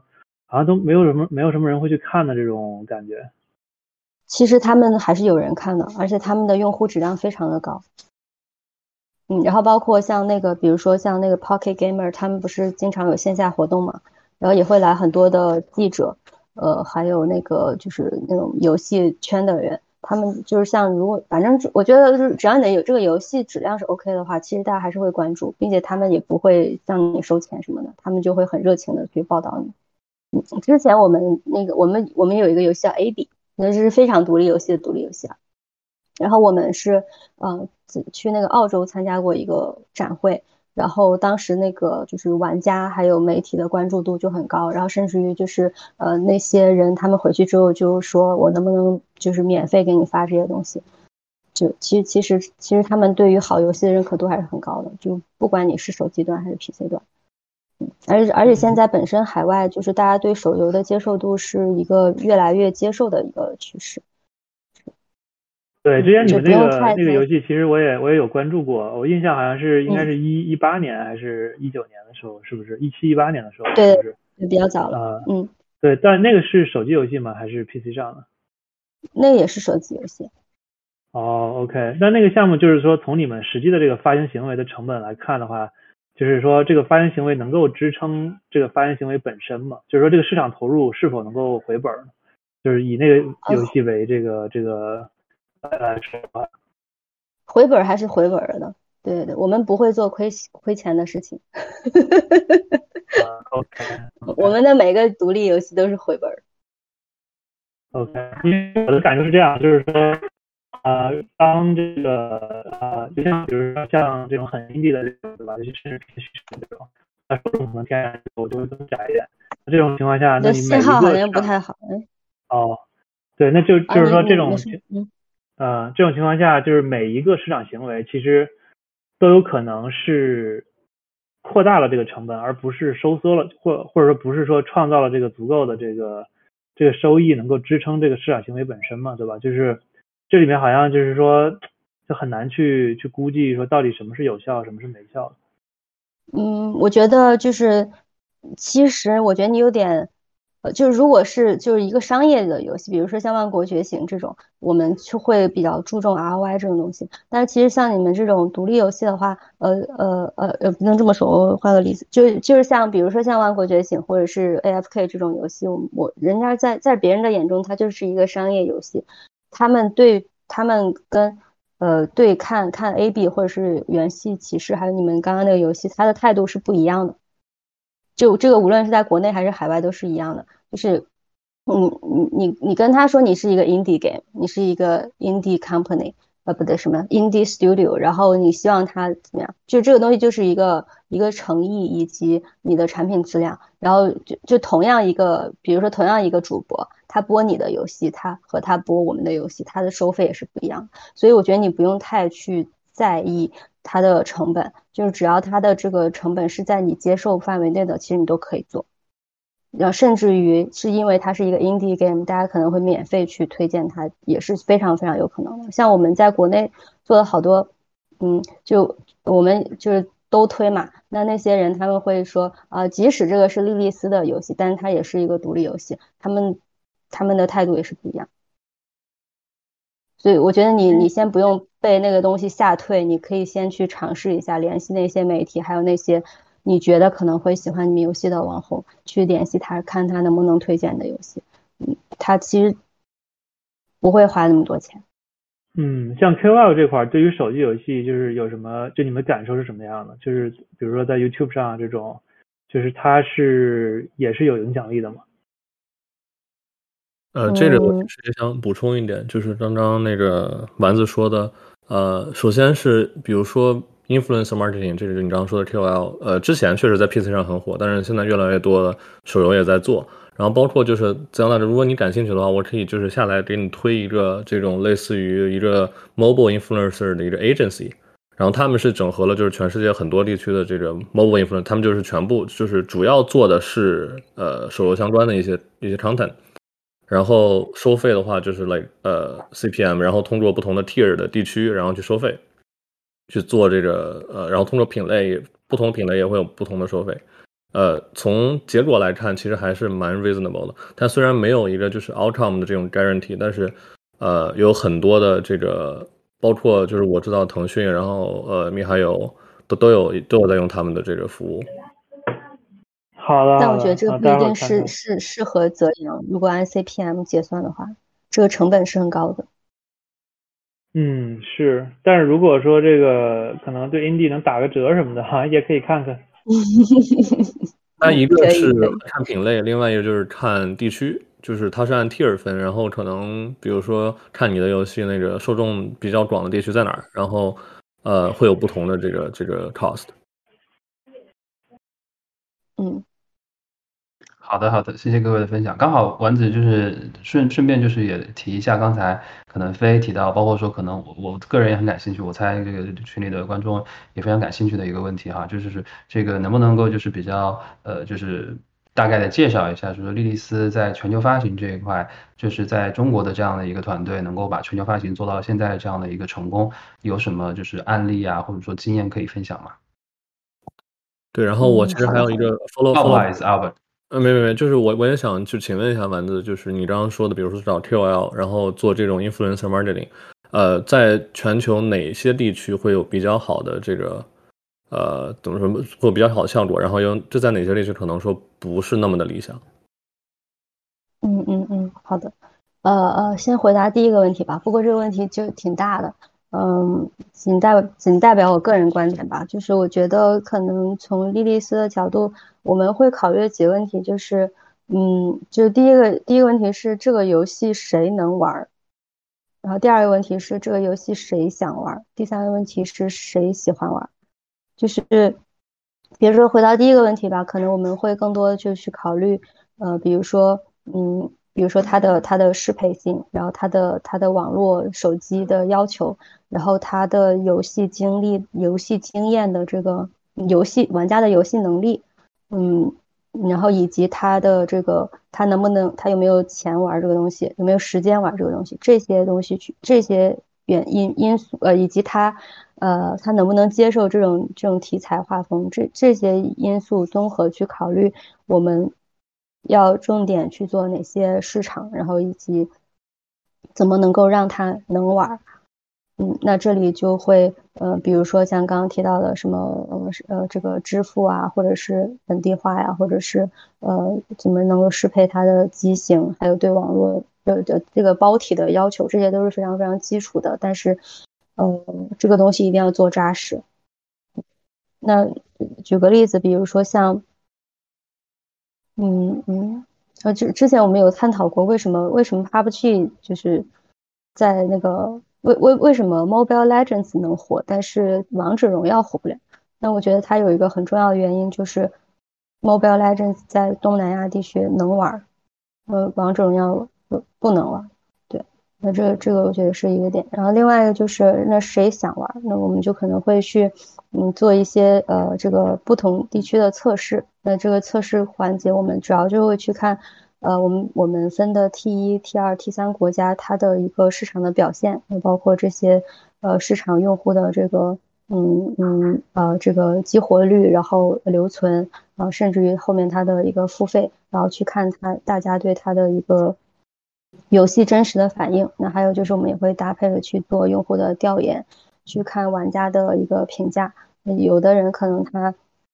好像都没有什么人会去看的这种感觉。
其实他们还是有人看的，而且他们的用户质量非常的高。然后包括像那个，比如说像那个 Pocket Gamer， 他们不是经常有线下活动嘛，然后也会来很多的记者，还有那个就是那种游戏圈的人，他们就是像如果反正我觉得就是只要你有这个游戏质量是 OK 的话，其实大家还是会关注，并且他们也不会向你收钱什么的，他们就会很热情的去报道你。之前我们有一个游戏叫 AB， 那是非常独立游戏的独立游戏啊。然后我们是去那个澳洲参加过一个展会，然后当时那个就是玩家还有媒体的关注度就很高，然后甚至于就是那些人他们回去之后就说我能不能就是免费给你发这些东西，就其实他们对于好游戏的认可度还是很高的，就不管你是手机端还是 PC 端。而且现在本身海外就是大家对手游的接受度是一个越来越接受的一个趋势。
对，之前你们那个游戏，其实我也有关注过，我印象好像是应该是18年还是19年的时候，是不是17、18年的时候？
对，
是不是
比较早了。
对，但那个是手机游戏吗？还是 PC 上的？
那个也是手机游戏。
哦 ，OK， 那个项目就是说，从你们实际的这个发行行为的成本来看的话，就是说这个发行行为能够支撑这个发行行为本身吗？就是说这个市场投入是否能够回本呢？就是以那个游戏为这个
回本还是回本的，对，我们不会做亏钱的事情。
OK，
我们的每个独立游戏都是回本。
OK， 因为我的感受是这样，就是说，当这个就像比如说像这种很 indie 的这种，对吧？尤其是偏叙事这种，它受众可能天然就会更窄一点。这种情况下，那你
信号好像不太好。
哦，对，那就是说这种这种情况下，就是每一个市场行为其实都有可能是扩大了这个成本，而不是收缩了，或者说不是说创造了这个足够的这个收益能够支撑这个市场行为本身嘛，对吧？就是这里面好像就是说就很难去估计说到底什么是有效，什么是没效的。
我觉得就是其实我觉得你有点就是如果是就是一个商业的游戏，比如说像万国觉醒这种，我们就会比较注重 ROI 这种东西。但是其实像你们这种独立游戏的话，不能这么说，我换个例子，就是像比如说像万国觉醒或者是 AFK 这种游戏，人家在别人的眼中，它就是一个商业游戏，他们跟对看 AB 或者是元气骑士，还有你们刚刚那个游戏，他的态度是不一样的。就这个无论是在国内还是海外都是一样的。就是你跟他说你是一个 indie game， 你是一个 indie company， 不对，什么 indie studio， 然后你希望他怎么样，就这个东西就是一个诚意以及你的产品质量。然后就同样一个，比如说同样一个主播，他播你的游戏，他和他播我们的游戏，他的收费也是不一样的。所以我觉得你不用太去在意它的成本，就是只要它的这个成本是在你接受范围内的，其实你都可以做。然后甚至于是因为它是一个 indie game， 大家可能会免费去推荐它，也是非常非常有可能的。像我们在国内做了好多，就我们就是都推嘛，那些人他们会说即使这个是莉莉丝的游戏，但是它也是一个独立游戏，他们的态度也是不一样。所以我觉得你先不用被那个东西吓退，你可以先去尝试一下，联系那些媒体，还有那些你觉得可能会喜欢你们游戏的网红，去联系他，看他能不能推荐你的游戏。他其实不会花那么多钱。
像 KOL 这块对于手机游戏就是有什么，就你们感受是什么样的？就是比如说在 YouTube 上这种，就是它也是有影响力的吗？
这个我其实想补充一点，就是刚刚那个丸子说的，首先是比如说 influencer marketing， 这个你刚刚说的 KOL，之前确实在 PC 上很火，但是现在越来越多的手游也在做，然后包括就是将来的，如果你感兴趣的话，我可以就是下来给你推一个这种类似于一个 mobile influencer 的一个 agency， 然后他们是整合了就是全世界很多地区的这个 mobile influencer， 他们就是全部就是主要做的是手游相关的一些 content。然后收费的话就是 CPM， 然后通过不同的 tier 的地区，然后去收费，去做这个然后通过品类，不同品类也会有不同的收费。 从结果来看，其实还是蛮 reasonable 的。它虽然没有一个就是 outcome 的这种 guarantee，但是有很多的这个，包括就是我知道腾讯，然后米还有都有在用他们的这个服务。
好的，
但我觉得这个不一定
是
适合泽阳，如果按 CPM 结算的话，这个成本是很高的。
是，但是如果说这个可能对 indie 能打个折什么的哈，也可以看看。
它一个是看品类，另外一个就是看地区，就是它是按 tier 分，然后可能比如说看你的游戏那个受众比较广的地区在哪儿，然后会有不同的这个 cost。
好的，谢谢各位的分享。刚好丸子就是顺便就是也提一下，刚才可能飞提到，包括说可能我个人也很感兴趣，我猜这个群里的观众也非常感兴趣的一个问题哈，就是这个能不能够就是比较就是大概的介绍一下，就是说莉莉丝在全球发行这一块，就是在中国的这样的一个团队能够把全球发行做到现在这样的一个成功，有什么就是案例啊，或者说经验可以分享吗？
对，然后我其实还有一个 follow。
不好意思 ，Albert。
没，就是我也想就请问一下丸子，就是你刚刚说的，比如说找 KOL，然后做这种 influencer marketing，在全球哪些地区会有比较好的这个怎么说会有比较好的效果，然后这在哪些地区可能说不是那么的理想？
好的，先回答第一个问题吧。不过这个问题就挺大的，仅代表我个人观点吧。就是我觉得可能从莉莉丝的角度，我们会考虑几个问题，就是就第一个问题是这个游戏谁能玩，然后第二个问题是这个游戏谁想玩，第三个问题是谁喜欢玩。就是比如说回到第一个问题吧，可能我们会更多的就去考虑，比如说它的适配性，然后它的网络手机的要求，然后它的游戏经验的这个玩家的游戏能力，然后以及他有没有钱玩这个东西，有没有时间玩这个东西，这些东西这些因素，以及他能不能接受这种题材画风，这些因素综合去考虑，我们要重点去做哪些市场，然后以及怎么能够让他能玩。那这里就会比如说像刚刚提到的什么这个支付啊，或者是本地化呀，或者是怎么能够适配它的机型，还有对网络的这个包体的要求，这些都是非常非常基础的。但是这个东西一定要做扎实。那举个例子，比如说像之前我们有探讨过为什么 PUBG 就是在那个为什么 Mobile Legends 能火，但是王者荣耀火不了？那我觉得它有一个很重要的原因，就是 Mobile Legends 在东南亚地区能玩，王者荣耀不能玩。对，那这个我觉得是一个点。然后另外一个就是那谁想玩，那我们就可能会去做一些这个不同地区的测试。那这个测试环节我们主要就会去看我们分的 T1、T2、T3 国家它的一个市场的表现，包括这些市场用户的这个这个激活率，然后留存，甚至于后面它的一个付费，然后去看大家对它的一个游戏真实的反应。那还有就是我们也会搭配的去做用户的调研，去看玩家的一个评价。有的人可能他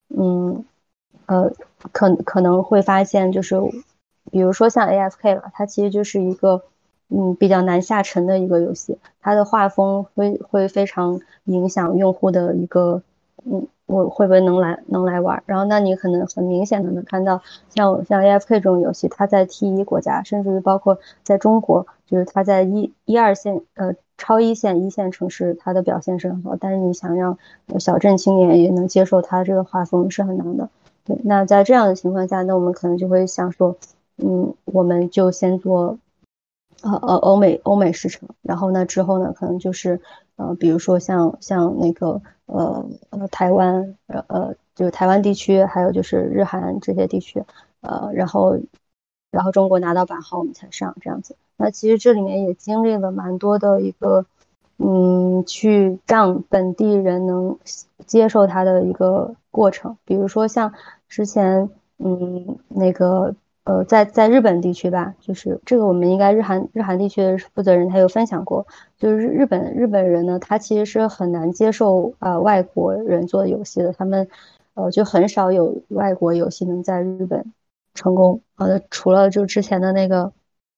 可能会发现就是比如说像 AFK 了，它其实就是一个比较难下沉的一个游戏，它的画风会非常影响用户的一个我会不会能来玩。然后那你可能很明显的能看到像 AFK 这种游戏，它在 T1 国家，甚至于包括在中国，就是它在一二线超一线城市，它的表现是很好，但是你想让小镇青年也能接受它这个画风是很难的。对，那在这样的情况下，那我们可能就会想说我们就先做欧美市场，然后呢之后呢可能就是比如说像那个台湾就是台湾地区，还有就是日韩这些地区，然后中国拿到版号我们才上这样子。那其实这里面也经历了蛮多的一个去让本地人能接受它的一个过程。比如说像之前那个在日本地区吧，就是这个我们应该日韩地区的负责人他有分享过，就是日本人呢，他其实是很难接受外国人做的游戏的，他们就很少有外国游戏能在日本成功。除了就之前的那个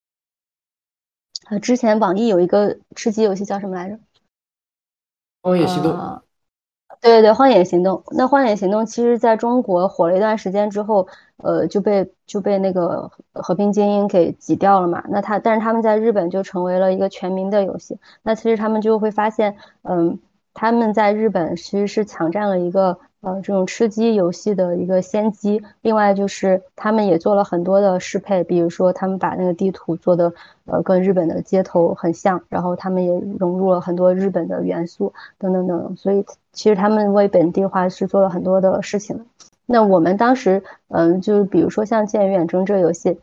之前网易有一个吃鸡游戏叫什么来着？
荒野行动。
对对，荒野行动。那荒野行动其实在中国火了一段时间之后，就被那个和平精英给挤掉了嘛。但是他们在日本就成为了一个全民的游戏。那其实他们就会发现，他们在日本其实是抢占了一个这种吃鸡游戏的一个先机。另外就是他们也做了很多的适配，比如说他们把那个地图做的跟日本的街头很像，然后他们也融入了很多日本的元素等等等，所以其实他们为本地化是做了很多的事情的。那我们当时就是比如说像《剑与远征》这个游戏，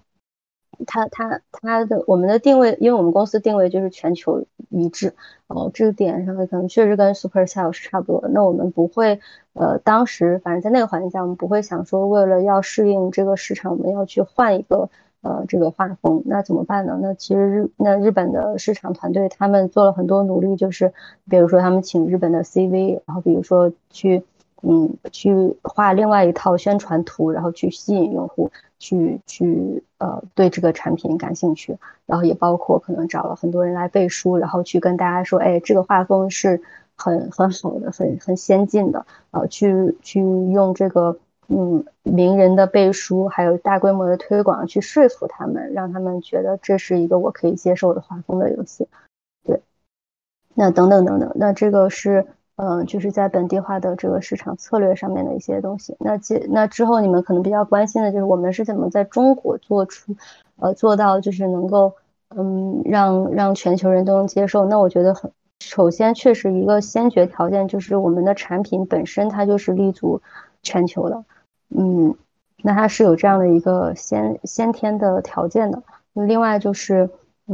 我们的定位，因为我们公司定位就是全球一致，这个点上可能确实跟 Supercell 是差不多的。那我们不会，当时反正在那个环境下，我们不会想说为了要适应这个市场，我们要去换一个这个画风，那怎么办呢？那其实日本的市场团队他们做了很多努力，就是比如说他们请日本的 CV， 然后比如说去画另外一套宣传图，然后去吸引用户去对这个产品感兴趣，然后也包括可能找了很多人来背书，然后去跟大家说，哎，这个画风是很好的，很先进的，去用这个名人的背书，还有大规模的推广去说服他们，让他们觉得这是一个我可以接受的画风的游戏。对，那等等等等，那这个是就是在本地化的这个市场策略上面的一些东西。那之后你们可能比较关心的就是我们是怎么在中国做到就是能够让全球人都能接受。那我觉得首先确实一个先决条件就是我们的产品本身它就是立足全球的。那它是有这样的一个先天的条件的。另外就是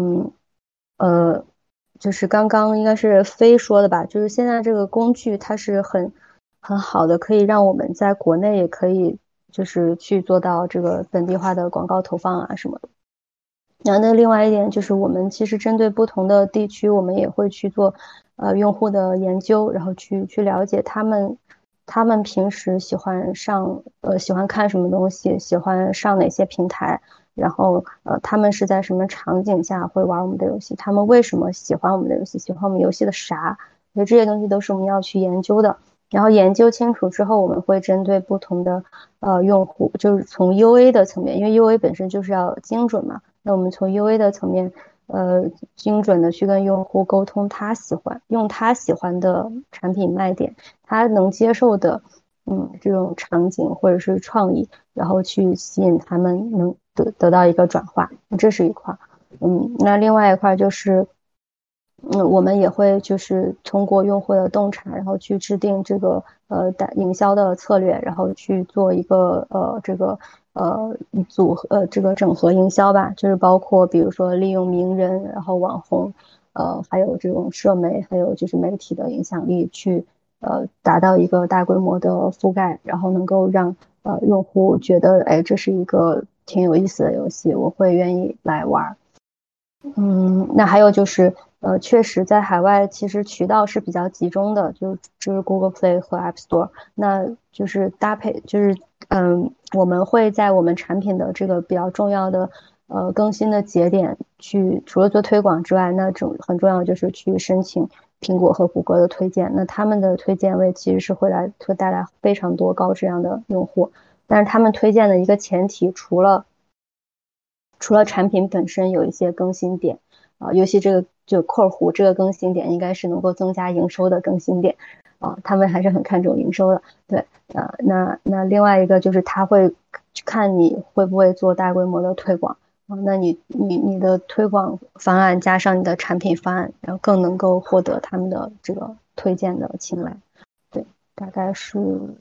就是刚刚应该是飞说的吧，就是现在这个工具它是很好的，可以让我们在国内也可以就是去做到这个本地化的广告投放啊什么的。然后那另外一点就是我们其实针对不同的地区，我们也会去做用户的研究，然后去了解他们平时喜欢看什么东西，喜欢上哪些平台，然后他们是在什么场景下会玩我们的游戏，他们为什么喜欢我们的游戏，喜欢我们游戏的啥，所以这些东西都是我们要去研究的。然后研究清楚之后，我们会针对不同的用户，就是从 UA 的层面，因为 UA 本身就是要精准嘛，那我们从 UA 的层面精准的去跟用户沟通用他喜欢的产品卖点，他能接受的这种场景或者是创意，然后去吸引他们能得到一个转化，这是一块。那另外一块就是我们也会就是通过用户的洞察，然后去制定这个营销的策略，然后去做一个这个组合这个整合营销吧，就是包括比如说利用名人，然后网红，还有这种社媒，还有就是媒体的影响力去达到一个大规模的覆盖，然后能够让用户觉得哎这是一个挺有意思的游戏，我会愿意来玩。那还有就是确实在海外其实渠道是比较集中的，就是 Google Play 和 App Store， 那就是搭配就是我们会在我们产品的这个比较重要的更新的节点去除了做推广之外，那很重要就是去申请苹果和谷歌的推荐，那他们的推荐位其实是会带来非常多高质量的用户，但是他们推荐的一个前提除了产品本身有一些更新点尤其这个就括弧这个更新点应该是能够增加营收的更新点他们还是很看重营收的。对那另外一个就是他会看你会不会做大规模的推广那你的推广方案加上你的产品方案，然后更能够获得他们的这个推荐的青睐。对，大概是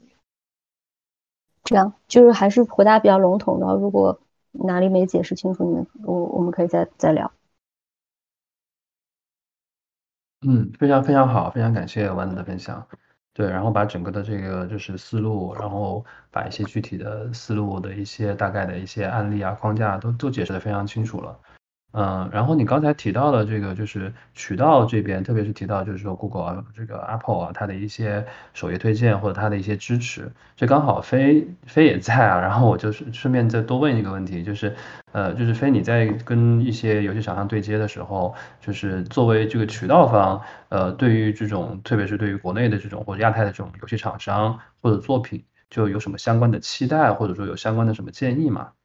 这样，就是还是回答比较笼统的，如果哪里没解释清楚，我们可以再聊。
非常非常好，非常感谢丸子的分享。对，然后把整个的这个就是思路，然后把一些具体的思路的一些大概的一些案例啊、框架都解释得非常清楚了。然后你刚才提到了这个就是渠道这边，特别是提到就是说 Google 啊、这个 Apple 啊，它的一些首页推荐或者它的一些支持，这刚好飞也在啊，然后我就是顺便再多问一个问题，就是飞你在跟一些游戏厂商对接的时候，就是作为这个渠道方，对于这种特别是对于国内的这种或者亚太的这种游戏厂商或者作品，就有什么相关的期待，或者说有相关的什么建议吗？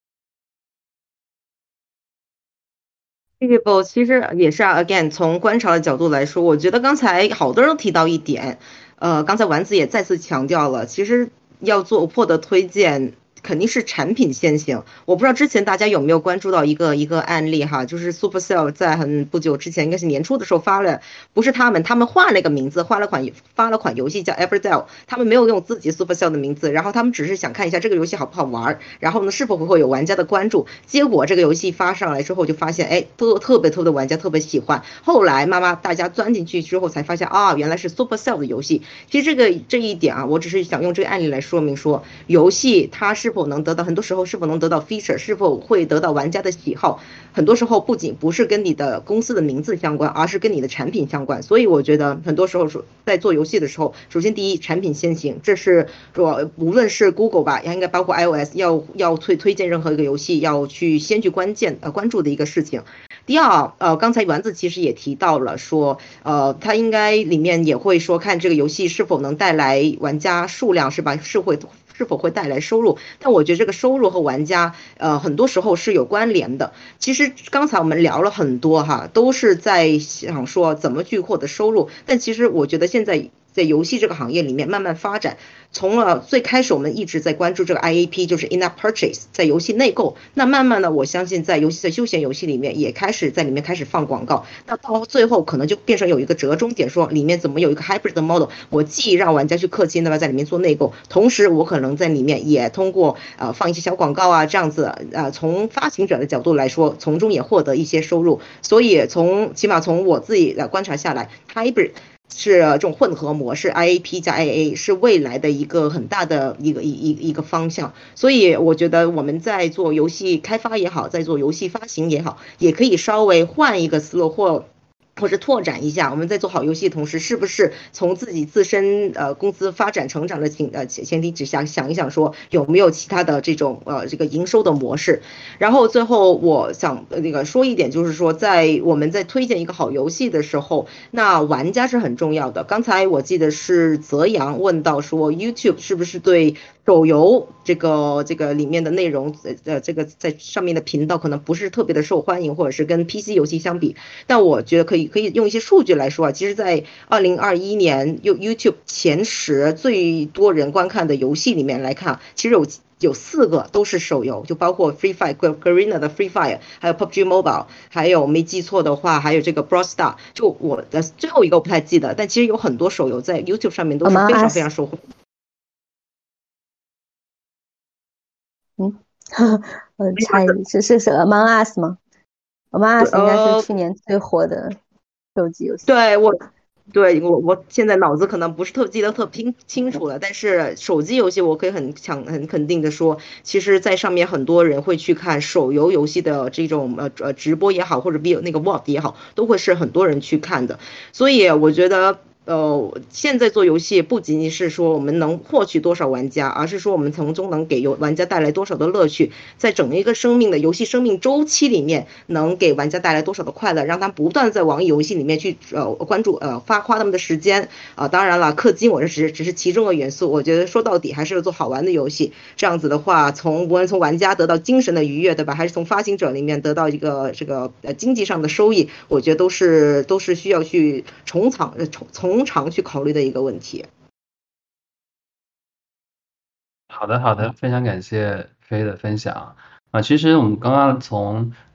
这个其实也是啊，again，从观察的角度来说，我觉得刚才好多人都提到一点，刚才丸子也再次强调了，其实要做获得推荐，肯定是产品先行。我不知道之前大家有没有关注到一个案例哈，就是 Supercell 在很不久之前，应该是年初的时候发了，不是他们换了一个名字，发了款游戏叫 Everdell，他们没有用自己 Supercell 的名字，然后他们只是想看一下这个游戏好不好玩，然后呢是否会有玩家的关注。结果这个游戏发上来之后，就发现哎，特别的玩家特别喜欢。后来大家钻进去之后才发现啊，原来是 Supercell 的游戏。其实这一点啊，我只是想用这个案例来说明说，游戏它是否能得到，很多时候是否能得到 feature，是否会得到玩家的喜好，很多时候不是跟你的公司的名字相关，而是跟你的产品相关。所以我觉得很多时候在做游戏的时候，首先第一，产品先行，这是说无论是 Google 吧，应该包括 iOS，要推荐任何一个游戏，要先去关注的一个事情。第二，刚才丸子其实也提到了说，它应该里面也会说看这个游戏是否能带来玩家数量，是吧？是否会带来收入？但我觉得这个收入和玩家，很多时候是有关联的。其实刚才我们聊了很多哈，都是在想说怎么去获得收入，但其实我觉得现在游戏这个行业里面慢慢发展，从了最开始我们一直在关注这个 IAP，就是 in-app purchase，在游戏内购。那慢慢的，我相信在休闲游戏里面也开始在里面开始放广告。那到最后可能就变成有一个折中点，说里面怎么有一个 hybrid 的 model，我既让玩家去氪金，对吧，在里面做内购，同时我可能在里面也通过放一些小广告啊，这样子从发行者的角度来说，从中也获得一些收入。所以起码从我自己的观察下来，hybrid。是这种混合模式 ，IAP 加 IA 是未来的一个很大的一个方向，所以我觉得我们在做游戏开发也好，在做游戏发行也好，也可以稍微换一个思路或者拓展一下，我们在做好游戏的同时，是不是从自己自身公司发展成长的前提之下，想一想说有没有其他的这种这个营收的模式。然后最后我想说一点，就是说我们在推荐一个好游戏的时候，那玩家是很重要的。刚才我记得是泽阳问到说 YouTube 是不是对手游这个里面的内容这个在上面的频道可能不是特别的受欢迎，或者是跟 PC 游戏相比。但我觉得可以用一些数据来说啊，其实在2021年YouTube 前10最多人观看的游戏里面来看，其实有4个都是手游，就包括 Free Fire、Garena 的 Free Fire， 还有 PUBG Mobile， 还有没记错的话，还有这个 Brawl Star。就我的最后一个我不太记得，但其实有很多手游在 YouTube 上面都是非常非常受欢迎。
猜是 Among Us 吗？Among Us 应该是去年最火的手机游戏。
对我现在脑子可能不是记得特清楚了，但是手机游戏我可以很肯定的说，其实在上面很多人会去看手游游戏的这种直播也好，或者那个 VOD 也好，都会是很多人去看的。所以我觉得现在做游戏不仅仅是说我们能获取多少玩家，而是说我们从中能给玩家带来多少的乐趣，在整一个游戏生命周期里面，能给玩家带来多少的快乐，让他不断在网易游戏里面去关注花他们的时间当然了，氪金我只是其中的元素，我觉得说到底还是做好玩的游戏。这样子的话，无论从玩家得到精神的愉悦，对吧？还是从发行者里面得到一个这个经济上的收益，我觉得都是需要去从长去考虑的一个问题。
好的，非常感谢飞的分享啊。其实我们刚刚从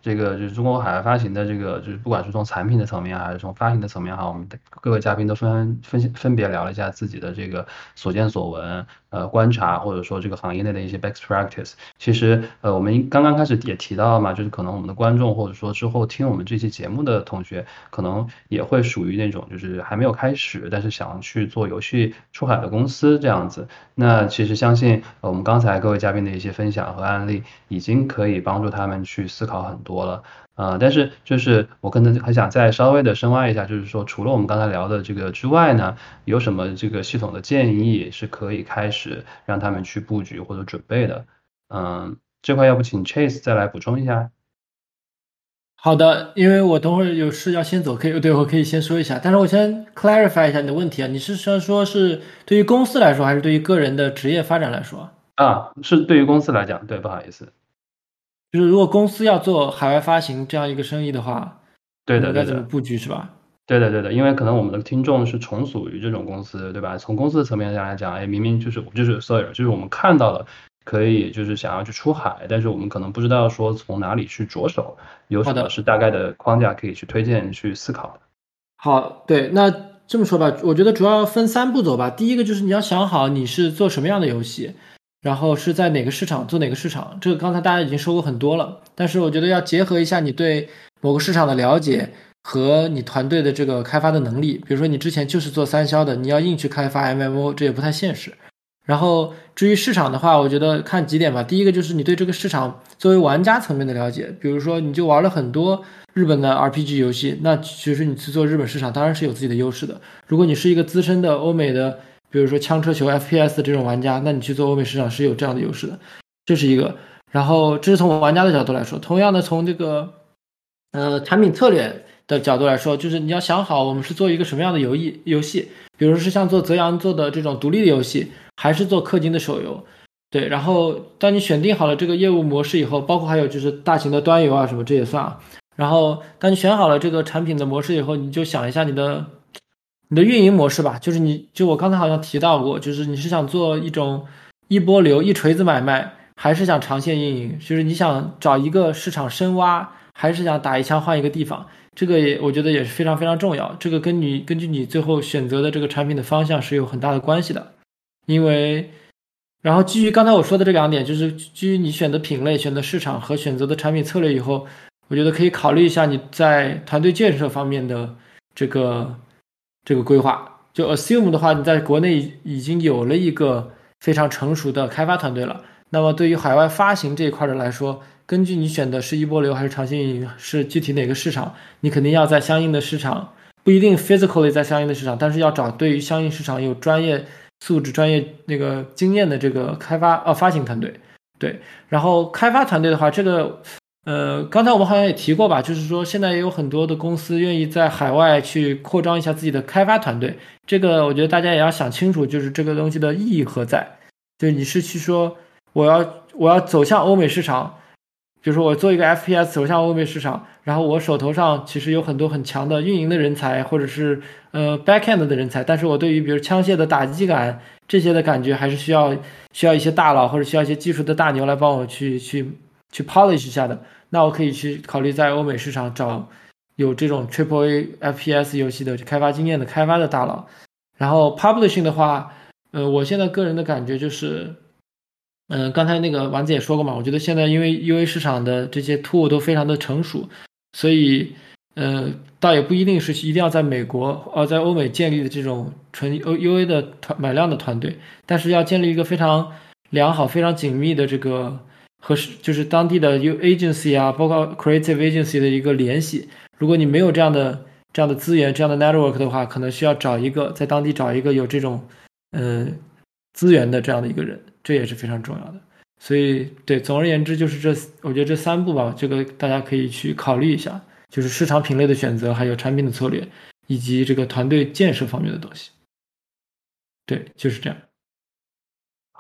这个就是中国海外发行的这个，就是不管是从产品的层面还是从发行的层面哈，我们的各个嘉宾都分别聊了一下自己的这个所见所闻，观察或者说这个行业内的一些 best practice。其实我们刚刚开始也提到了嘛，就是可能我们的观众或者说之后听我们这期节目的同学，可能也会属于那种就是还没有开始，但是想去做游戏出海的公司这样子。那其实相信我们刚才各位嘉宾的一些分享和案例，已经可以帮助他们去思考很多了。但是就是我可能还想再稍微的深挖一下，就是说除了我们刚才聊的这个之外呢，有什么这个系统的建议是可以开始让他们去布局或者准备的？这块要不请 Chase 再来补充一下？
好的，因为我等会儿有事要先走，我可以先说一下，但是我先 clarify 一下你的问题啊，你是说是对于公司来说，还是对于个人的职业发展来说？
是对于公司来讲，对，不好意思，
就是如果公司要做海外发行这样一个生意的话，
对的，
该怎么布局是吧？
对的，因为可能我们的听众是从属于这种公司，对吧？从公司的层面上来讲，哎，明明就是Sawyer，就是我们看到了可以就是想要去出海，但是我们可能不知道说从哪里去着手，有什么是大概的框架可以去推荐去思考的。
好，对，那这么说吧，我觉得主要分3步走吧。第一个就是你要想好你是做什么样的游戏，然后是在哪个市场做哪个市场，这个刚才大家已经说过很多了，但是我觉得要结合一下你对某个市场的了解和你团队的这个开发的能力。比如说你之前就是做3消的，你要硬去开发 MMO， 这也不太现实。然后至于市场的话，我觉得看几点吧。第一个就是你对这个市场作为玩家层面的了解，比如说你就玩了很多日本的 RPG 游戏，那其实你去做日本市场当然是有自己的优势的。如果你是一个资深的欧美的，比如说枪车球 FPS 的这种玩家，那你去做欧美市场是有这样的优势的，这是一个。然后这是从玩家的角度来说，同样的从这个产品策略的角度来说，就是你要想好我们是做一个什么样的游戏，比如说是像做泽阳做的这种独立的游戏，还是做氪金的手游。对，然后当你选定好了这个业务模式以后，包括还有就是大型的端游啊什么，这也算啊。然后当你选好了这个产品的模式以后，你就想一下你的运营模式吧，就是我刚才好像提到过，就是你是想做一种一波流一锤子买卖，还是想长线运营，就是你想找一个市场深挖，还是想打一枪换一个地方，这个我觉得也是非常非常重要，这个根据你最后选择的这个产品的方向是有很大的关系的。因为然后基于刚才我说的这2点，就是基于你选择品类、选择市场和选择的产品策略以后，我觉得可以考虑一下你在团队建设方面的这个规划。就 assume 的话，你在国内已经有了一个非常成熟的开发团队了，那么对于海外发行这一块的来说，根据你选的是一波流还是长线运营，是具体哪个市场，你肯定要在相应的市场，不一定 physically 在相应的市场，但是要找对于相应市场有专业素质、专业那个经验的这个发行团队。对，然后开发团队的话，这个刚才我们好像也提过吧，就是说现在也有很多的公司愿意在海外去扩张一下自己的开发团队，这个我觉得大家也要想清楚，就是这个东西的意义何在。就是你是去说我要走向欧美市场，比如说我做一个 FPS 走向欧美市场，然后我手头上其实有很多很强的运营的人才，或者是backend 的人才，但是我对于比如枪械的打击感这些的感觉，还是需要一些大佬或者需要一些技术的大牛来帮我去 polish 一下的。那我可以去考虑在欧美市场找有这种 AAA FPS 游戏的开发经验的开发的大佬。然后 publishing 的话，我现在个人的感觉就是，刚才那个丸子也说过嘛，我觉得现在因为 UA 市场的这些 tool 都非常的成熟，所以倒也不一定是一定要在美国在欧美建立的这种纯 UA 的买量的团队，但是要建立一个非常良好、非常紧密的这个和就是当地的 agency 啊，包括 creative agency 的一个联系。如果你没有这样的资源、这样的 network 的话，可能需要在当地找一个有这种资源的这样的一个人，这也是非常重要的。所以对，总而言之就是我觉得这3步吧，这个大家可以去考虑一下，就是市场品类的选择，还有产品的策略，以及这个团队建设方面的东西。对，就是这样。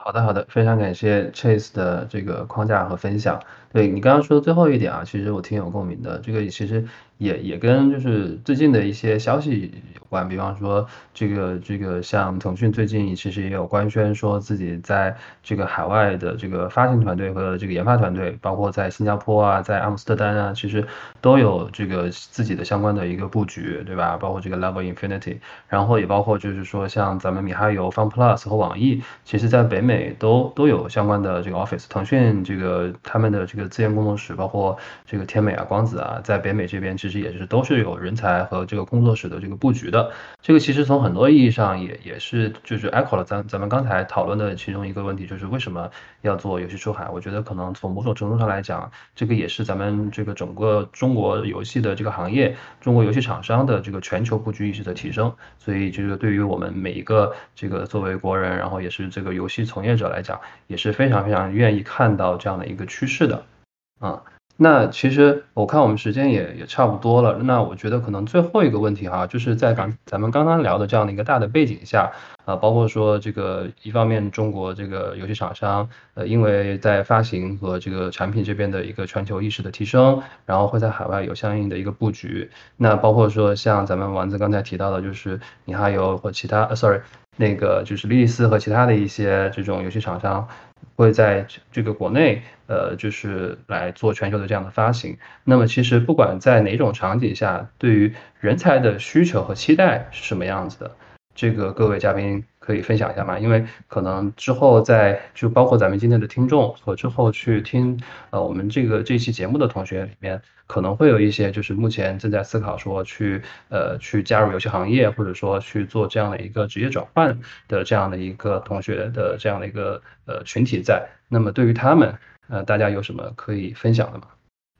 好的，好的，非常感谢 Chase 的这个框架和分享。对你刚刚说的最后一点啊，其实我挺有共鸣的。这个其实也跟就是最近的一些消息有关，比方说这个像腾讯最近其实也有官宣说自己在这个海外的这个发行团队和这个研发团队，包括在新加坡啊，在阿姆斯特丹啊，其实都有这个自己的相关的一个布局，对吧？包括这个 Level Infinity。然后也包括就是说像咱们米哈游、FunPlus 和网易，其实在北美都有相关的这个 office。腾讯这个他们的这个资源工作室，包括这个天美啊、光子啊，在北美这边其实也是都是有人才和这个工作室的这个布局的。这个其实从很多意义上也是就是 echo 了咱们刚才讨论的其中一个问题，就是为什么要做游戏出海？我觉得可能从某种程度上来讲，这个也是咱们这个整个中国游戏的这个行业、中国游戏厂商的这个全球布局意识的提升。所以这个对于我们每一个这个作为国人，然后也是这个游戏从业者来讲，也是非常非常愿意看到这样的一个趋势的。啊，那其实我看我们时间也差不多了，那我觉得可能最后一个问题哈，就是在咱们刚刚聊的这样的一个大的背景下，包括说这个一方面中国这个游戏厂商，因为在发行和这个产品这边的一个全球意识的提升，然后会在海外有相应的一个布局。那包括说像咱们丸子刚才提到的，就是你还有或其他，sorry，那个就是莉莉丝和其他的一些这种游戏厂商。会在这个国内，就是来做全球的这样的发行。那么其实不管在哪种场景下，对于人才的需求和期待是什么样子的，这个各位嘉宾可以分享一下吗？因为可能之后就包括咱们今天的听众和之后去听我们这期节目的同学里面，可能会有一些就是目前正在思考说去加入游戏行业，或者说去做这样的一个职业转换的这样的一个同学的这样的一个群体在。那么对于他们大家有什么可以分享的吗？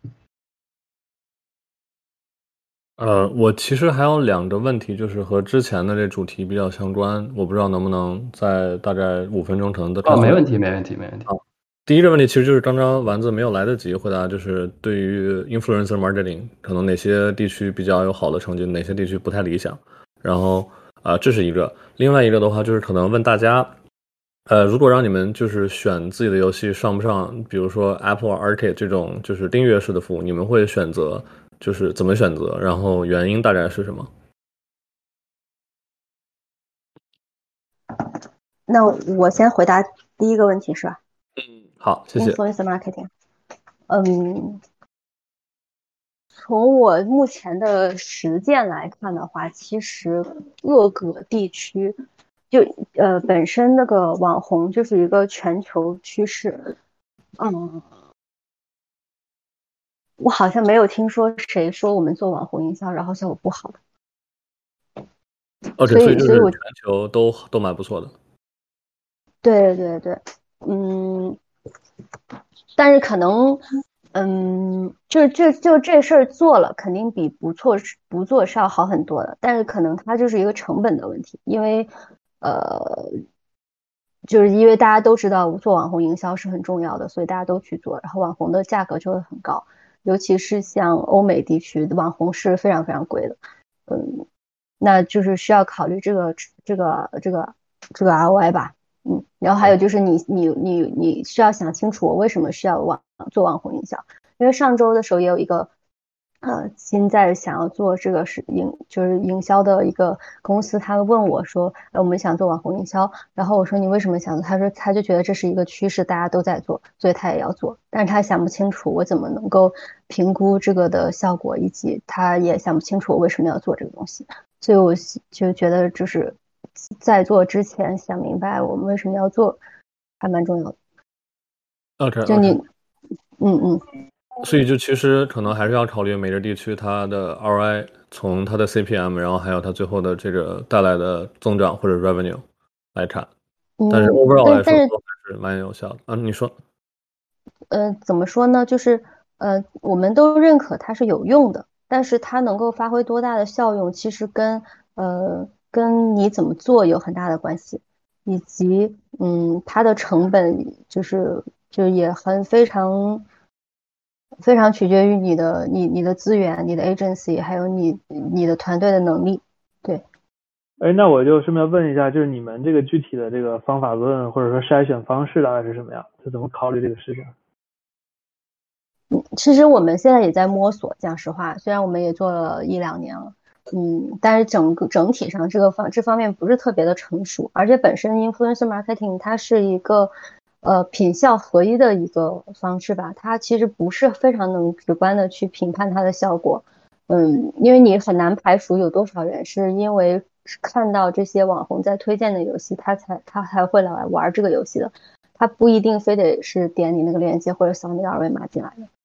我其实还有2个问题，就是和之前的这主题比较相关，我不知道能不能在大概5分钟可能的。
没问题，没问题，没问题。
第一个问题其实就是刚刚丸子没有来得及回答，就是对于 influencer marketing 可能哪些地区比较有好的成绩，哪些地区不太理想。然后这是一个。另外一个的话就是可能问大家，如果让你们就是选自己的游戏上不上，比如说 Apple Arcade 这种就是订阅式的服务，你们会选择就是怎么选择？然后原因大概是什么？
那我先回答第一个问题是吧？
好，谢谢。
Influencer marketing，从我目前的实践来看的话，其实各个地区就本身那个网红就是一个全球趋势。我好像没有听说谁说我们做网红营销然后效果不好的。
所以就是全球都蛮不错的。
对对对，但是可能，就这事儿做了，肯定比不做是要好很多的。但是可能它就是一个成本的问题，因为，就是因为大家都知道做网红营销是很重要的，所以大家都去做，然后网红的价格就会很高，尤其是像欧美地区，网红是非常非常贵的，那就是需要考虑这个 ROI 吧。然后还有就是你需要想清楚我为什么需要做网红营销，因为上周的时候也有一个现在想要做这个就是营销的一个公司，他问我说我们想做网红营销，然后我说你为什么想做？他说他就觉得这是一个趋势，大家都在做，所以他也要做，但是他想不清楚我怎么能够评估这个的效果，以及他也想不清楚我为什么要做这个东西，所以我就觉得就是在做之前想明白我们为什么要做还蛮重要的。
OK，
就你
所以就其实可能还是要考虑每个地区它的 ROI， 从它的 CPM， 然后还有它最后的这个带来的增长或者 revenue 来看。但是 overall 来说都还是蛮有效的。你说。
怎么说呢？就是我们都认可它是有用的，但是它能够发挥多大的效用，其实跟你怎么做有很大的关系，以及它的成本就也非常取决于你的资源、你的 agency， 还有你的团队的能力。对。
哎，那我就顺便问一下，就是你们这个具体的这个方法论或者说筛选方式大概是什么样？是怎么考虑这个事情？
其实我们现在也在摸索，讲实话，虽然我们也做了1-2年了，但是整体上这方面不是特别的成熟，而且本身 influencer marketing 它是一个品效合一的一个方式吧，它其实不是非常能直观的去评判它的效果，因为你很难排除有多少人是因为看到这些网红在推荐的游戏，他才会来玩这个游戏的，他不一定非得是点你那个链接或者扫你的二维码进来的。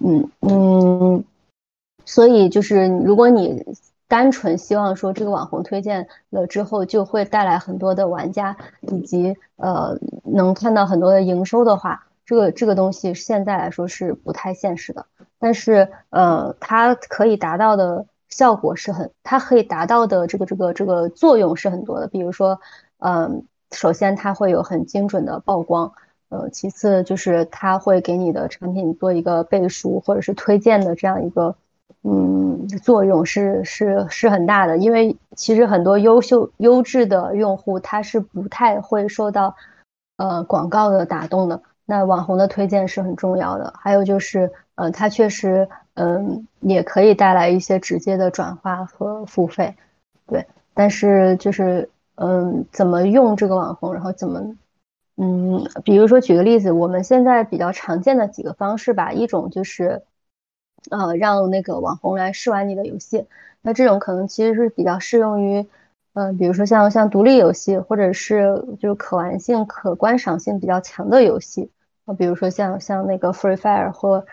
所以就是如果你单纯希望说这个网红推荐了之后就会带来很多的玩家以及能看到很多的营收的话，这个东西现在来说是不太现实的。但是它可以达到的效果它可以达到的这个作用是很多的。比如说首先它会有很精准的曝光。其次就是它会给你的产品做一个背书或者是推荐的这样一个作用是很大的，因为其实很多优质的用户他是不太会受到广告的打动的，那网红的推荐是很重要的。还有就是它确实也可以带来一些直接的转化和付费，对，但是就是怎么用这个网红，然后怎么比如说举个例子，我们现在比较常见的几个方式吧，一种就是让那个网红来试玩你的游戏，那这种可能其实是比较适用于比如说像独立游戏，或者是就是可玩性、可观赏性比较强的游戏，比如说像那个 Free Fire 或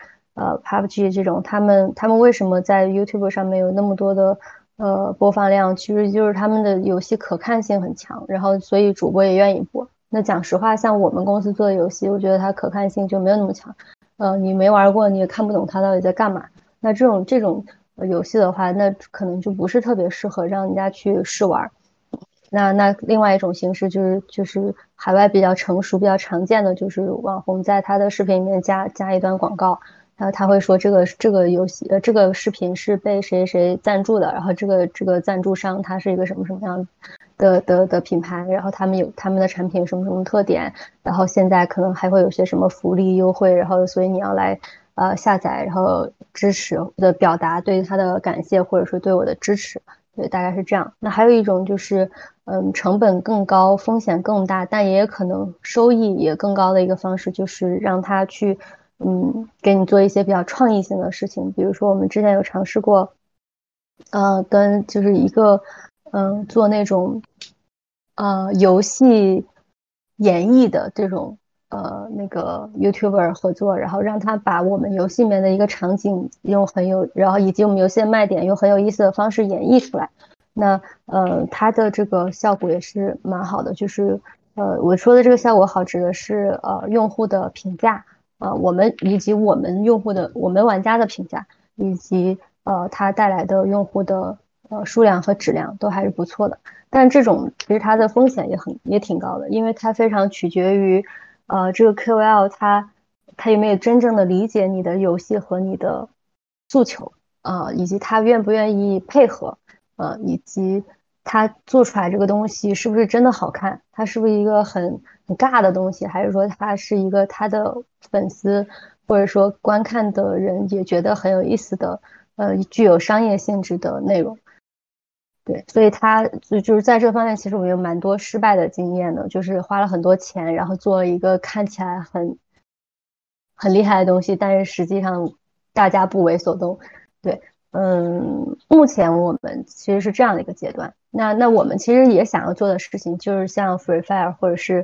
PUBG 这种，他们为什么在 YouTube 上面有那么多的播放量？其实就是他们的游戏可看性很强，然后所以主播也愿意播。那讲实话，像我们公司做的游戏，我觉得它可看性就没有那么强。你没玩过，你也看不懂它到底在干嘛。那这种游戏的话，那可能就不是特别适合让人家去试玩。那另外一种形式就是海外比较成熟、比较常见的，就是网红在他的视频里面加一段广告，然后他会说这个游戏这个视频是被谁谁赞助的，然后这个赞助商他是一个什么样的品牌，然后他们有他们的产品什么特点，然后现在可能还会有些什么福利优惠，然后所以你要来下载，然后支持的表达对他的感谢或者说对我的支持，对，大概是这样。那还有一种就是成本更高、风险更大，但也可能收益也更高的一个方式，就是让他去给你做一些比较创意性的事情。比如说我们之前有尝试过跟就是一个做那种游戏演绎的这种那个 YouTuber 合作，然后让他把我们游戏里面的一个场景然后以及我们游戏的卖点用很有意思的方式演绎出来。那它的这个效果也是蛮好的，就是我说的这个效果好指的是用户的评价，以及我们玩家的评价，以及它带来的用户的数量和质量都还是不错的。但这种其实它的风险也挺高的，因为它非常取决于这个 KOL 他有没有真正的理解你的游戏和你的诉求以及他愿不愿意配合以及他做出来这个东西是不是真的好看，它是不是一个很尬的东西，还是说它是一个他的粉丝或者说观看的人也觉得很有意思的具有商业性质的内容。对，所以他就是在这方面，其实我有蛮多失败的经验的，就是花了很多钱，然后做了一个看起来很厉害的东西，但是实际上大家不为所动。对，目前我们其实是这样的一个阶段。那我们其实也想要做的事情，就是像 Free Fire 或者是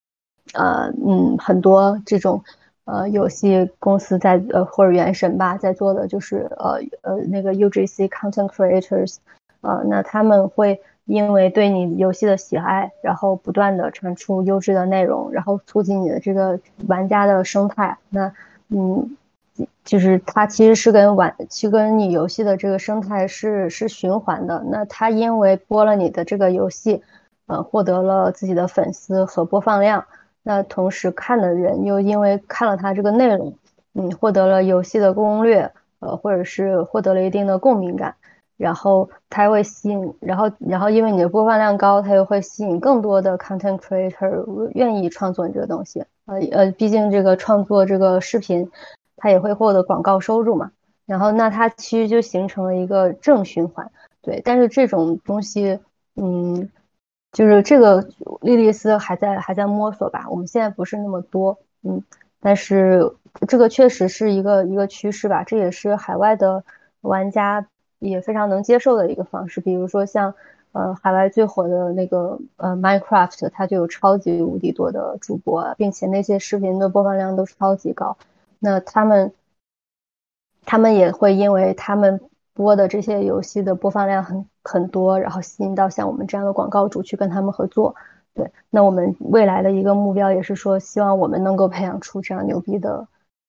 很多这种游戏公司或者原神吧在做的，就是那个 UGC Content Creators。那他们会因为对你游戏的喜爱，然后不断的传出优质的内容，然后促进你的这个玩家的生态。那就是它其实是跟你游戏的这个生态是循环的。那它因为播了你的这个游戏，获得了自己的粉丝和播放量，那同时看的人又因为看了它这个内容，获得了游戏的攻略，或者是获得了一定的共鸣感。 然后它会吸引，然后因为你的播放量高，它又会吸引更多的 content creator 愿意创作你这个东西。毕竟这个创作这个视频，它也会获得广告收入嘛。然后那它其实就形成了一个正循环。对，但是这种东西，就是这个莉莉丝还在摸索吧，我们现在不是那么多，但是这个确实是一个趋势吧，这也是海外的玩家也非常能接受的一个方式。比如说像海外最火的那个Minecraft， 它就有超级无敌多的主播，并且那些视频的播放量都超级高。那他们也会因为他们播的这些游戏的播放量很多，然后吸引到像我们这样的广告主去跟他们合作。对，那我们未来的一个目标也是说，希望我们能够培养出这样牛逼的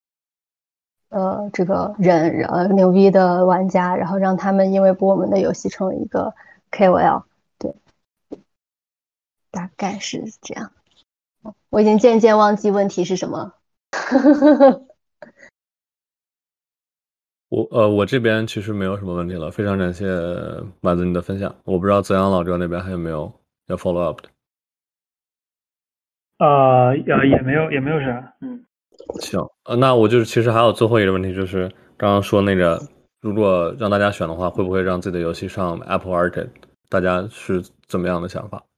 这个人，牛逼的玩家，然后让他们因为播我们的游戏成为一个 KOL。对，大概是这样。我已经渐渐忘记问题是什么。
我这边其实没有什么问题了，非常感谢丸子你的分享。我不知道泽阳老哥那边还有没有要 follow up 的。
也没有啥，
行，那我就是其实还有最后一个问题，就是刚刚说那个，如果让大家选的话，会不会让自己的游戏上 Apple Arcade？大家是怎么样的想法？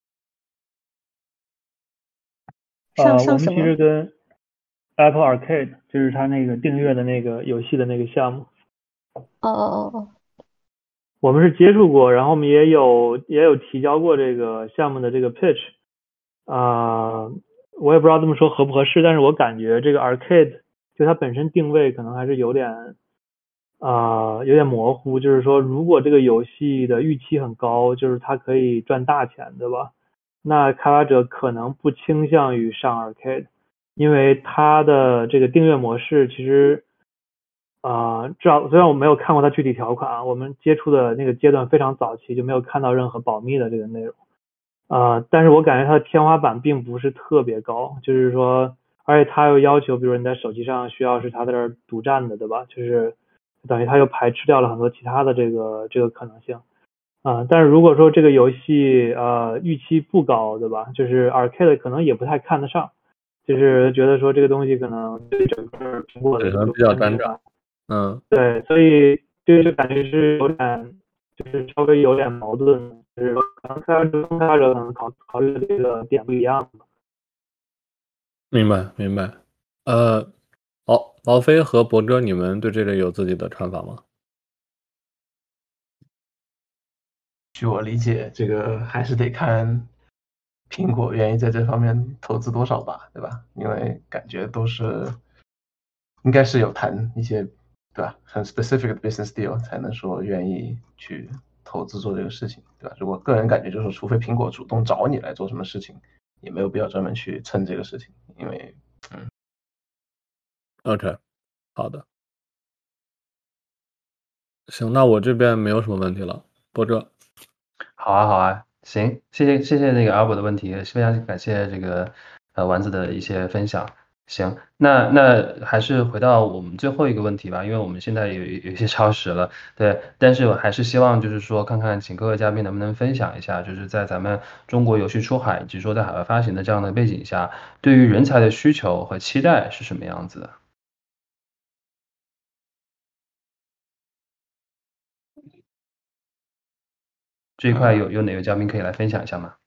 上
我们其
什么？
实跟 Apple Arcade 就是它那个订阅的那个游戏的那个项目，
哦，
我们是接触过，然后我们也有提交过这个项目的这个 pitch，我也不知道这么说合不合适，但是我感觉这个 Arcade 就它本身定位可能还是有点模糊，就是说如果这个游戏的预期很高，就是它可以赚大钱，对吧？那开发者可能不倾向于上 Arcade， 因为它的这个订阅模式其实至少虽然我没有看过它具体条款啊，我们接触的那个阶段非常早期，就没有看到任何保密的这个内容。但是我感觉它的天花板并不是特别高，就是说，而且它又要求，比如你在手机上需要是它在这儿独占的，对吧？就是等于它又排斥掉了很多其他的这个可能性。但是如果说这个游戏预期不高，对吧？就是 Arcade 可能也不太看得上，就是觉得说这个东西可能对整个苹果的
可能比较单调。
对，所以就感觉是有点，就是稍微有点矛盾，就是可能开发者可能考虑的这个点不一样。
明白。敖飞和博哥，你们对这个有自己的看法吗？
据我理解，这个还是得看苹果愿意在这方面投资多少吧，对吧？因为感觉都是应该是有谈一些，对吧？很 specific 的 business deal 才能说愿意去投资做这个事情，对吧？如果个人感觉就是说，除非苹果主动找你来做什么事情，也没有必要专门去蹭这个事情，因为
OK， 好的，行，那我这边没有什么问题了，博哥。
好啊，行，谢谢那个 Albert 的问题，非常感谢这个丸子的一些分享。行，那还是回到我们最后一个问题吧，因为我们现在有一些超时了，对，但是我还是希望就是说看看请各位嘉宾能不能分享一下，就是在咱们中国游戏出海以及说在海外发行的这样的背景下，对于人才的需求和期待是什么样子的？这一块有哪位嘉宾可以来分享一下吗？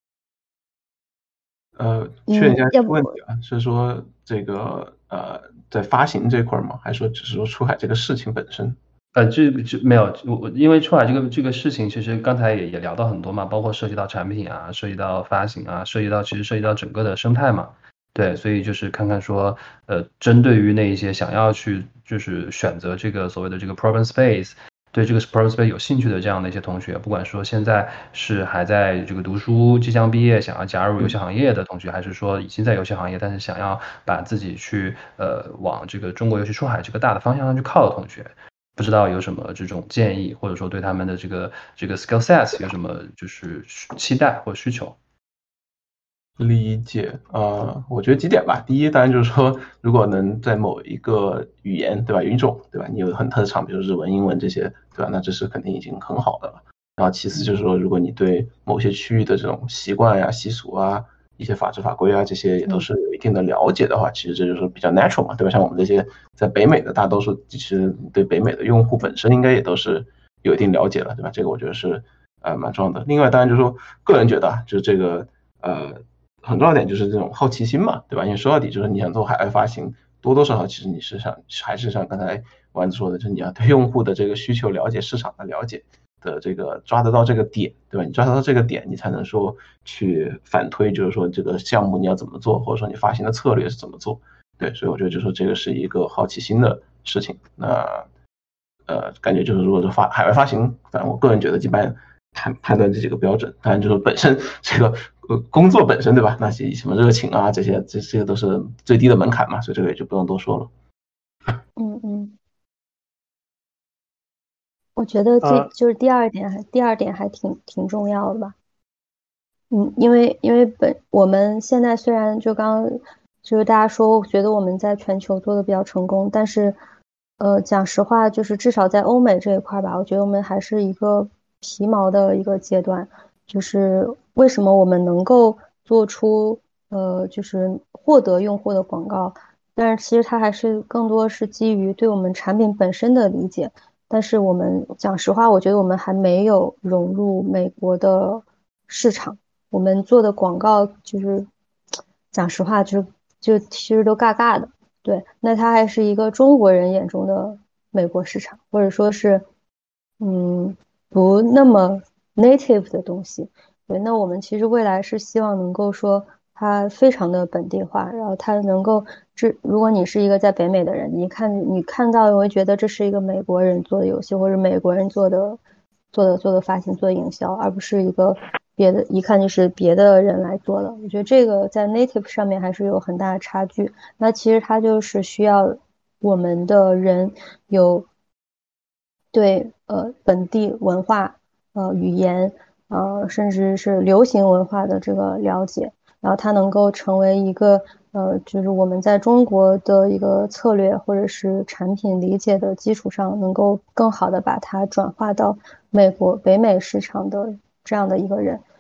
确认一下问题啊，是说这个在发行这块吗？还是说只是说出海这个事情本身？
这没有，因为出海这个事情，其实刚才也聊到很多嘛，包括涉及到产品啊，涉及到发行啊，涉及到整个的生态嘛，对，所以就是看看说，针对于那一些想要去就是选择这个所谓的这个 problem space， 对这个 problem space 有兴趣的这样的一些同学，不管说现在是还在这个读书，即将毕业，想要加入游戏行业的同学，还是说已经在游戏行业，但是想要把自己去往这个中国游戏出海这个大的方向上去靠的同学。不知道有什么这种建议，或者说对他们的这个 skill sets 有什么就是期待或需求
理解我觉得几点吧。第一，当然就是说，如果能在某一个语言，对吧，语种，对吧，你有很特长，比如日文、英文这些，对吧，那这是肯定已经很好的了。然后其次就是说，如果你对某些区域的这种习惯呀、习俗啊、一些法制法规啊这些也都是有一定的了解的话，其实这就是比较 natural 嘛，对吧？像我们这些在北美的大多数，其实对北美的用户本身应该也都是有一定了解了，对吧？这个我觉得是蛮重要的。另外，当然就是说，个人觉得就是这个很重要的点就是这种好奇心嘛，对吧？因为说到底就是你想做海外发行，多多少少其实你是还是像刚才丸子说的，就是你要对用户的这个需求了解、市场的了解的这个抓得到这个点，对吧？你抓得到这个点，你才能说去反推，就是说这个项目你要怎么做，或者说你发行的策略是怎么做。对，所以我觉得就是说这个是一个好奇心的事情。那感觉就是如果是海外发行，反正我个人觉得一般判断这几个标准，当然就是本身这个工作本身对吧？那些什么热情啊这些都是最低的门槛嘛，所以这个也就不用多说了。
我觉得就是第二点还挺重要的吧。因为我们现在虽然就就是大家说觉得我们在全球做的比较成功，但是讲实话，就是至少在欧美这一块吧，我觉得我们还是一个皮毛的一个阶段。就是为什么我们能够做出就是获得用户的广告，但是其实它还是更多是基于对我们产品本身的理解。但是我们讲实话，我觉得我们还没有融入美国的市场。我们做的广告就是讲实话，就其实都尬尬的。对，那它还是一个中国人眼中的美国市场，或者说是不那么 native 的东西。对，那我们其实未来是希望能够说它非常的本地化，然后它能够如果你是一个在北美的人，你看到，我会觉得这是一个美国人做的游戏，或者美国人做的发行、做的营销，而不是一个别的，一看就是别的人来做的。我觉得这个在 native 上面还是有很大的差距。那其实它就是需要我们的人有对本地文化、语言、甚至是流行文化的这个了解，然后它能够成为一个就是我们在中国的一个策略或者是产品理解的基础上，能够更好的把它转化到北美市场的这样的一个人。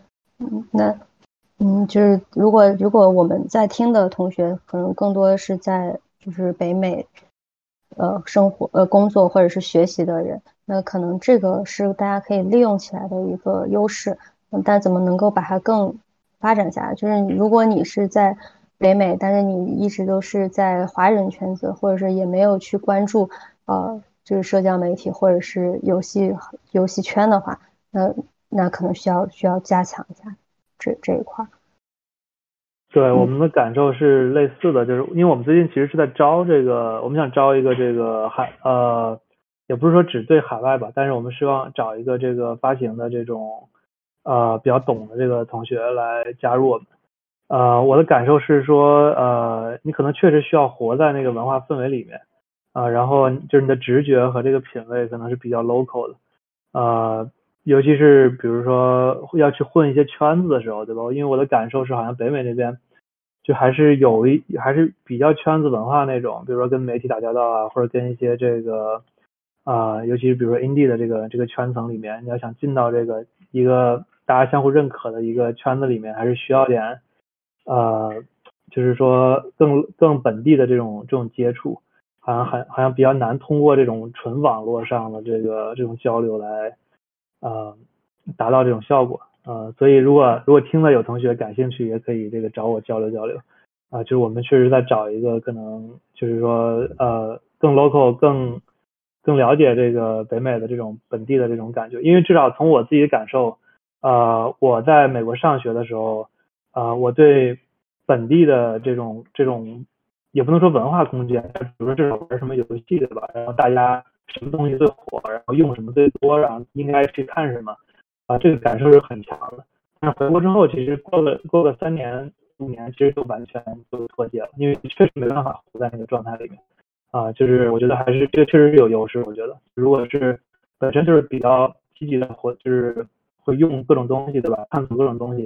就是如果我们在听的同学可能更多的是在就是北美生活工作或者是学习的人，那可能这个是大家可以利用起来的一个优势。但怎么能够把它更发展下来？就是如果你是在北美，但是你一直都是在华人圈子，或者是也没有去关注就是社交媒体或者是游戏圈的话，那可能需要加强一下这一块。
对，我们的感受是类似的，就是因为我们最近其实是在招我们想招一个这个也不是说只对海外吧，但是我们希望找一个这个发行的这种比较懂的这个同学来加入我们。我的感受是说你可能确实需要活在那个文化氛围里面然后就是你的直觉和这个品味可能是比较 local 的尤其是比如说要去混一些圈子的时候，对吧？因为我的感受是好像北美那边就还是还是比较圈子文化那种，比如说跟媒体打交道啊，或者跟一些这个尤其是比如说 indie 的这个圈层里面，你要想进到这个一个大家相互认可的一个圈子里面，还是需要点就是说更本地的这种接触，好像比较难通过这种纯网络上的这种交流来达到这种效果所以如果听了有同学感兴趣，也可以这个找我交流就是我们确实在找一个可能就是说更 local 更了解这个北美的这种本地的这种感觉，因为至少从我自己的感受我在美国上学的时候我对本地的这种也不能说文化空间，比如说至少玩什么游戏对吧，然后大家什么东西最火，然后用什么最多，然后应该去看什么这个感受是很强的。但是回国之后，其实过个3年5年，其实就完全就脱节了，因为确实没办法活在那个状态里面就是我觉得还是这个确实是有优势。我觉得如果是本身就是比较积极的就是会用各种东西对吧，探索各种东西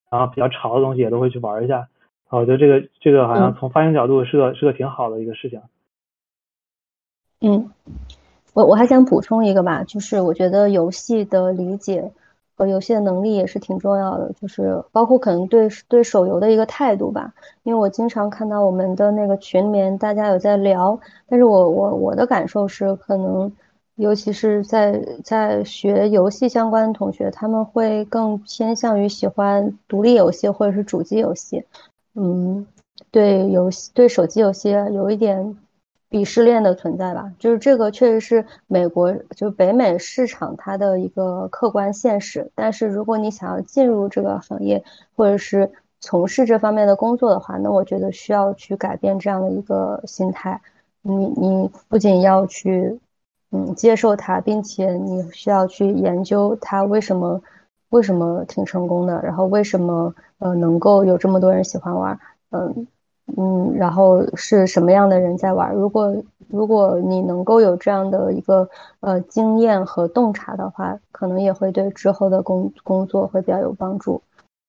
然后比较潮的东西也都会去玩一下。我觉得这个好像从发行角度是个挺好的一个事情。
我还想补充一个吧，就是我觉得游戏的理解和游戏的能力也是挺重要的，就是包括可能对手游的一个态度吧。因为我经常看到我们的那个群里面大家有在聊，但是我的感受是，可能尤其是在学游戏相关的同学，他们会更偏向于喜欢独立游戏或者是主机游戏。对手机游戏有一点鄙视链的存在吧，就是这个确实是美国就北美市场它的一个客观现实。但是如果你想要进入这个行业，或者是从事这方面的工作的话，那我觉得需要去改变这样的一个心态。你不仅要去接受它，并且你需要去研究它为什么挺成功的，然后为什么能够有这么多人喜欢玩。然后是什么样的人在玩？如果你能够有这样的一个经验和洞察的话，可能也会对之后的工作会比较有帮助。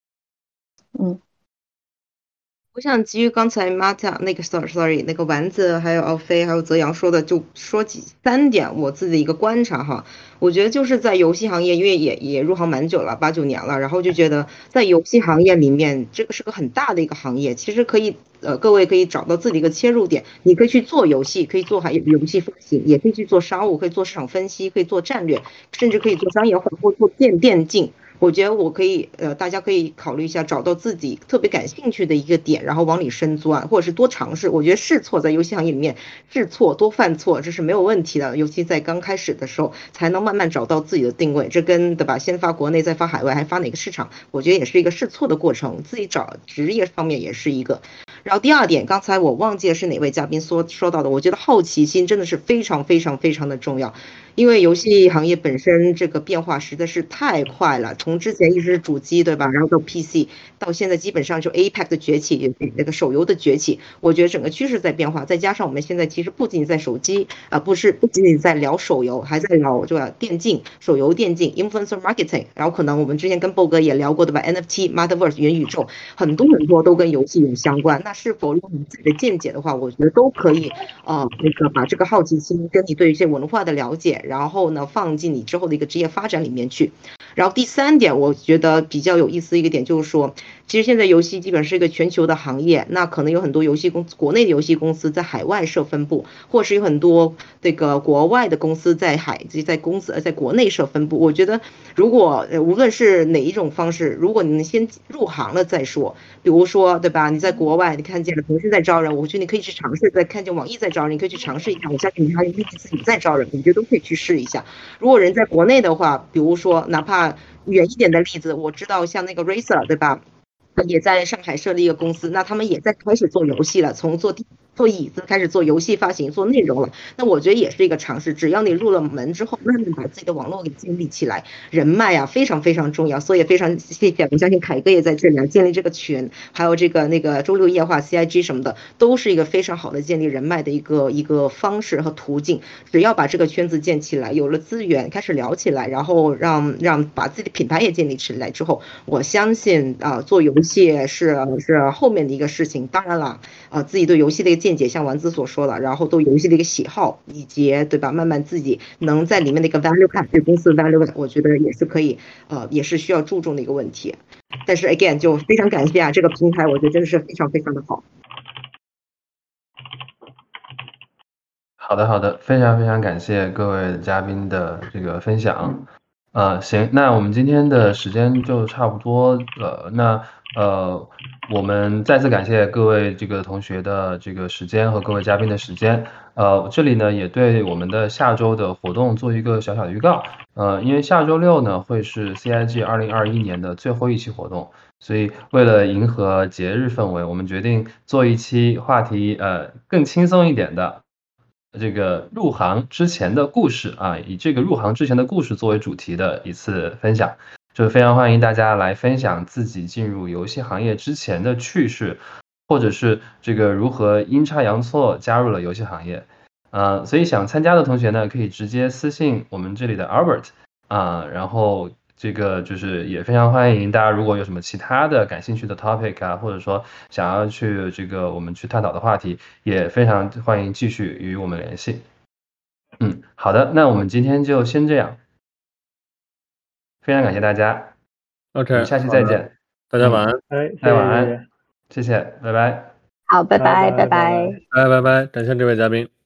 我想基于刚才 Marta 那个 sorry 那个丸子还有奥飞还有泽阳说的，就说3点我自己的一个观察哈。我觉得就是在游戏行业，因为也入行蛮久了，8、9年了，然后就觉得在游戏行业里面，这个是个很大的一个行业，其实可以各位可以找到自己一个切入点，你可以去做游戏，可以做游戏发行，也可以去做商务，可以做市场分析，可以做战略，甚至可以做商业化或做电竞。我觉得我可以，大家可以考虑一下，找到自己特别感兴趣的一个点，然后往里深钻，或者是多尝试。我觉得试错在游戏行业里面，试错多犯错，这是没有问题的。尤其在刚开始的时候，才能慢慢找到自己的定位。这跟对吧？先发国内，再发海外，还发哪个市场？我觉得也是一个试错的过程。自己找职业方面也是一个。然后第二点，刚才我忘记了是哪位嘉宾说到的，我觉得好奇心真的是非常非常非常的重要。因为游戏行业本身这个变化实在是太快了，从之前一直是主机对吧，然后到 PC， 到现在基本上就 Apex 的崛起，那个手游的崛起，我觉得整个趋势在变化。再加上我们现在其实不仅在手机不仅仅在聊手游，还在聊这个电竞、手游电竞 influencer marketing， 然后可能我们之前跟BO哥也聊过对吧 ，NFT、Metaverse 元宇宙，很多都跟游戏有相关。那是否用你自己的见解的话，我觉得都可以那个把这个好奇心跟你对一些文化的了解，然后呢放进你之后的一个职业发展里面去。然后第3点，我觉得比较有意思的一个点就是说，其实现在游戏基本是一个全球的行业，那可能有很多国内的游戏公司在海外设分部，或是有很多这个国外的公司在国内设分部。我觉得如果无论是哪一种方式，如果你先入行了再说，比如说对吧，你在国外你看见了腾讯在招人，我觉得你可以去尝试；再看见网易在招人，你可以去尝试一下。我相信你还有自己在招人，我觉得都可以去试一下。如果人在国内的话，比如说哪怕远一点的例子，我知道像那个 Razer 对吧，也在上海设立一个公司，那他们也在开始做游戏了，从做椅子开始做游戏发行做内容了。那我觉得也是一个尝试，只要你入了门之后，慢慢把自己的网络给建立起来，人脉啊非常非常重要。所以非常谢谢，我相信凯哥也在这里建立这个群，还有这个那个周六夜话 CIG 什么的，都是一个非常好的建立人脉的一个方式和途径。只要把这个圈子建起来，有了资源开始聊起来，然后让把自己的品牌也建立起来之后，我相信做游戏是后面的一个事情。当然了自己对游戏的一个见解，像丸子所说的，然后对游戏的一个喜好，以及对吧，慢慢自己能在里面的一个 value add 对公司的 value add， 我觉得也是可以也是需要注重的一个问题。但是 again 就非常感谢这个平台，我觉得真的是非常非常的好。
好的，非常非常感谢各位嘉宾的这个分享。行，那我们今天的时间就差不多了。那我们再次感谢各位这个同学的这个时间和各位嘉宾的时间。这里呢也对我们的下周的活动做一个小小的预告。因为下周6呢会是 CIG 2021年的最后一期活动，所以为了迎合节日氛围，我们决定做一期话题更轻松一点的。这个入行之前的故事以这个入行之前的故事作为主题的一次分享，就非常欢迎大家来分享自己进入游戏行业之前的趣事，或者是这个如何阴差阳错加入了游戏行业。所以想参加的同学呢，可以直接私信我们这里的 Albert 然后这个就是也非常欢迎大家，如果有什么其他的感兴趣的 topic 啊，或者说想要去这个我们去探讨的话题，也非常欢迎继续与我们联系。好的，那我们今天就先这样，非常感谢大家，我
OK，
们下期再见，
大家晚安，
哎，
大家晚安
谢谢，
谢谢，拜拜。
好，拜拜，
拜
拜拜。
拜拜，感谢这位嘉宾。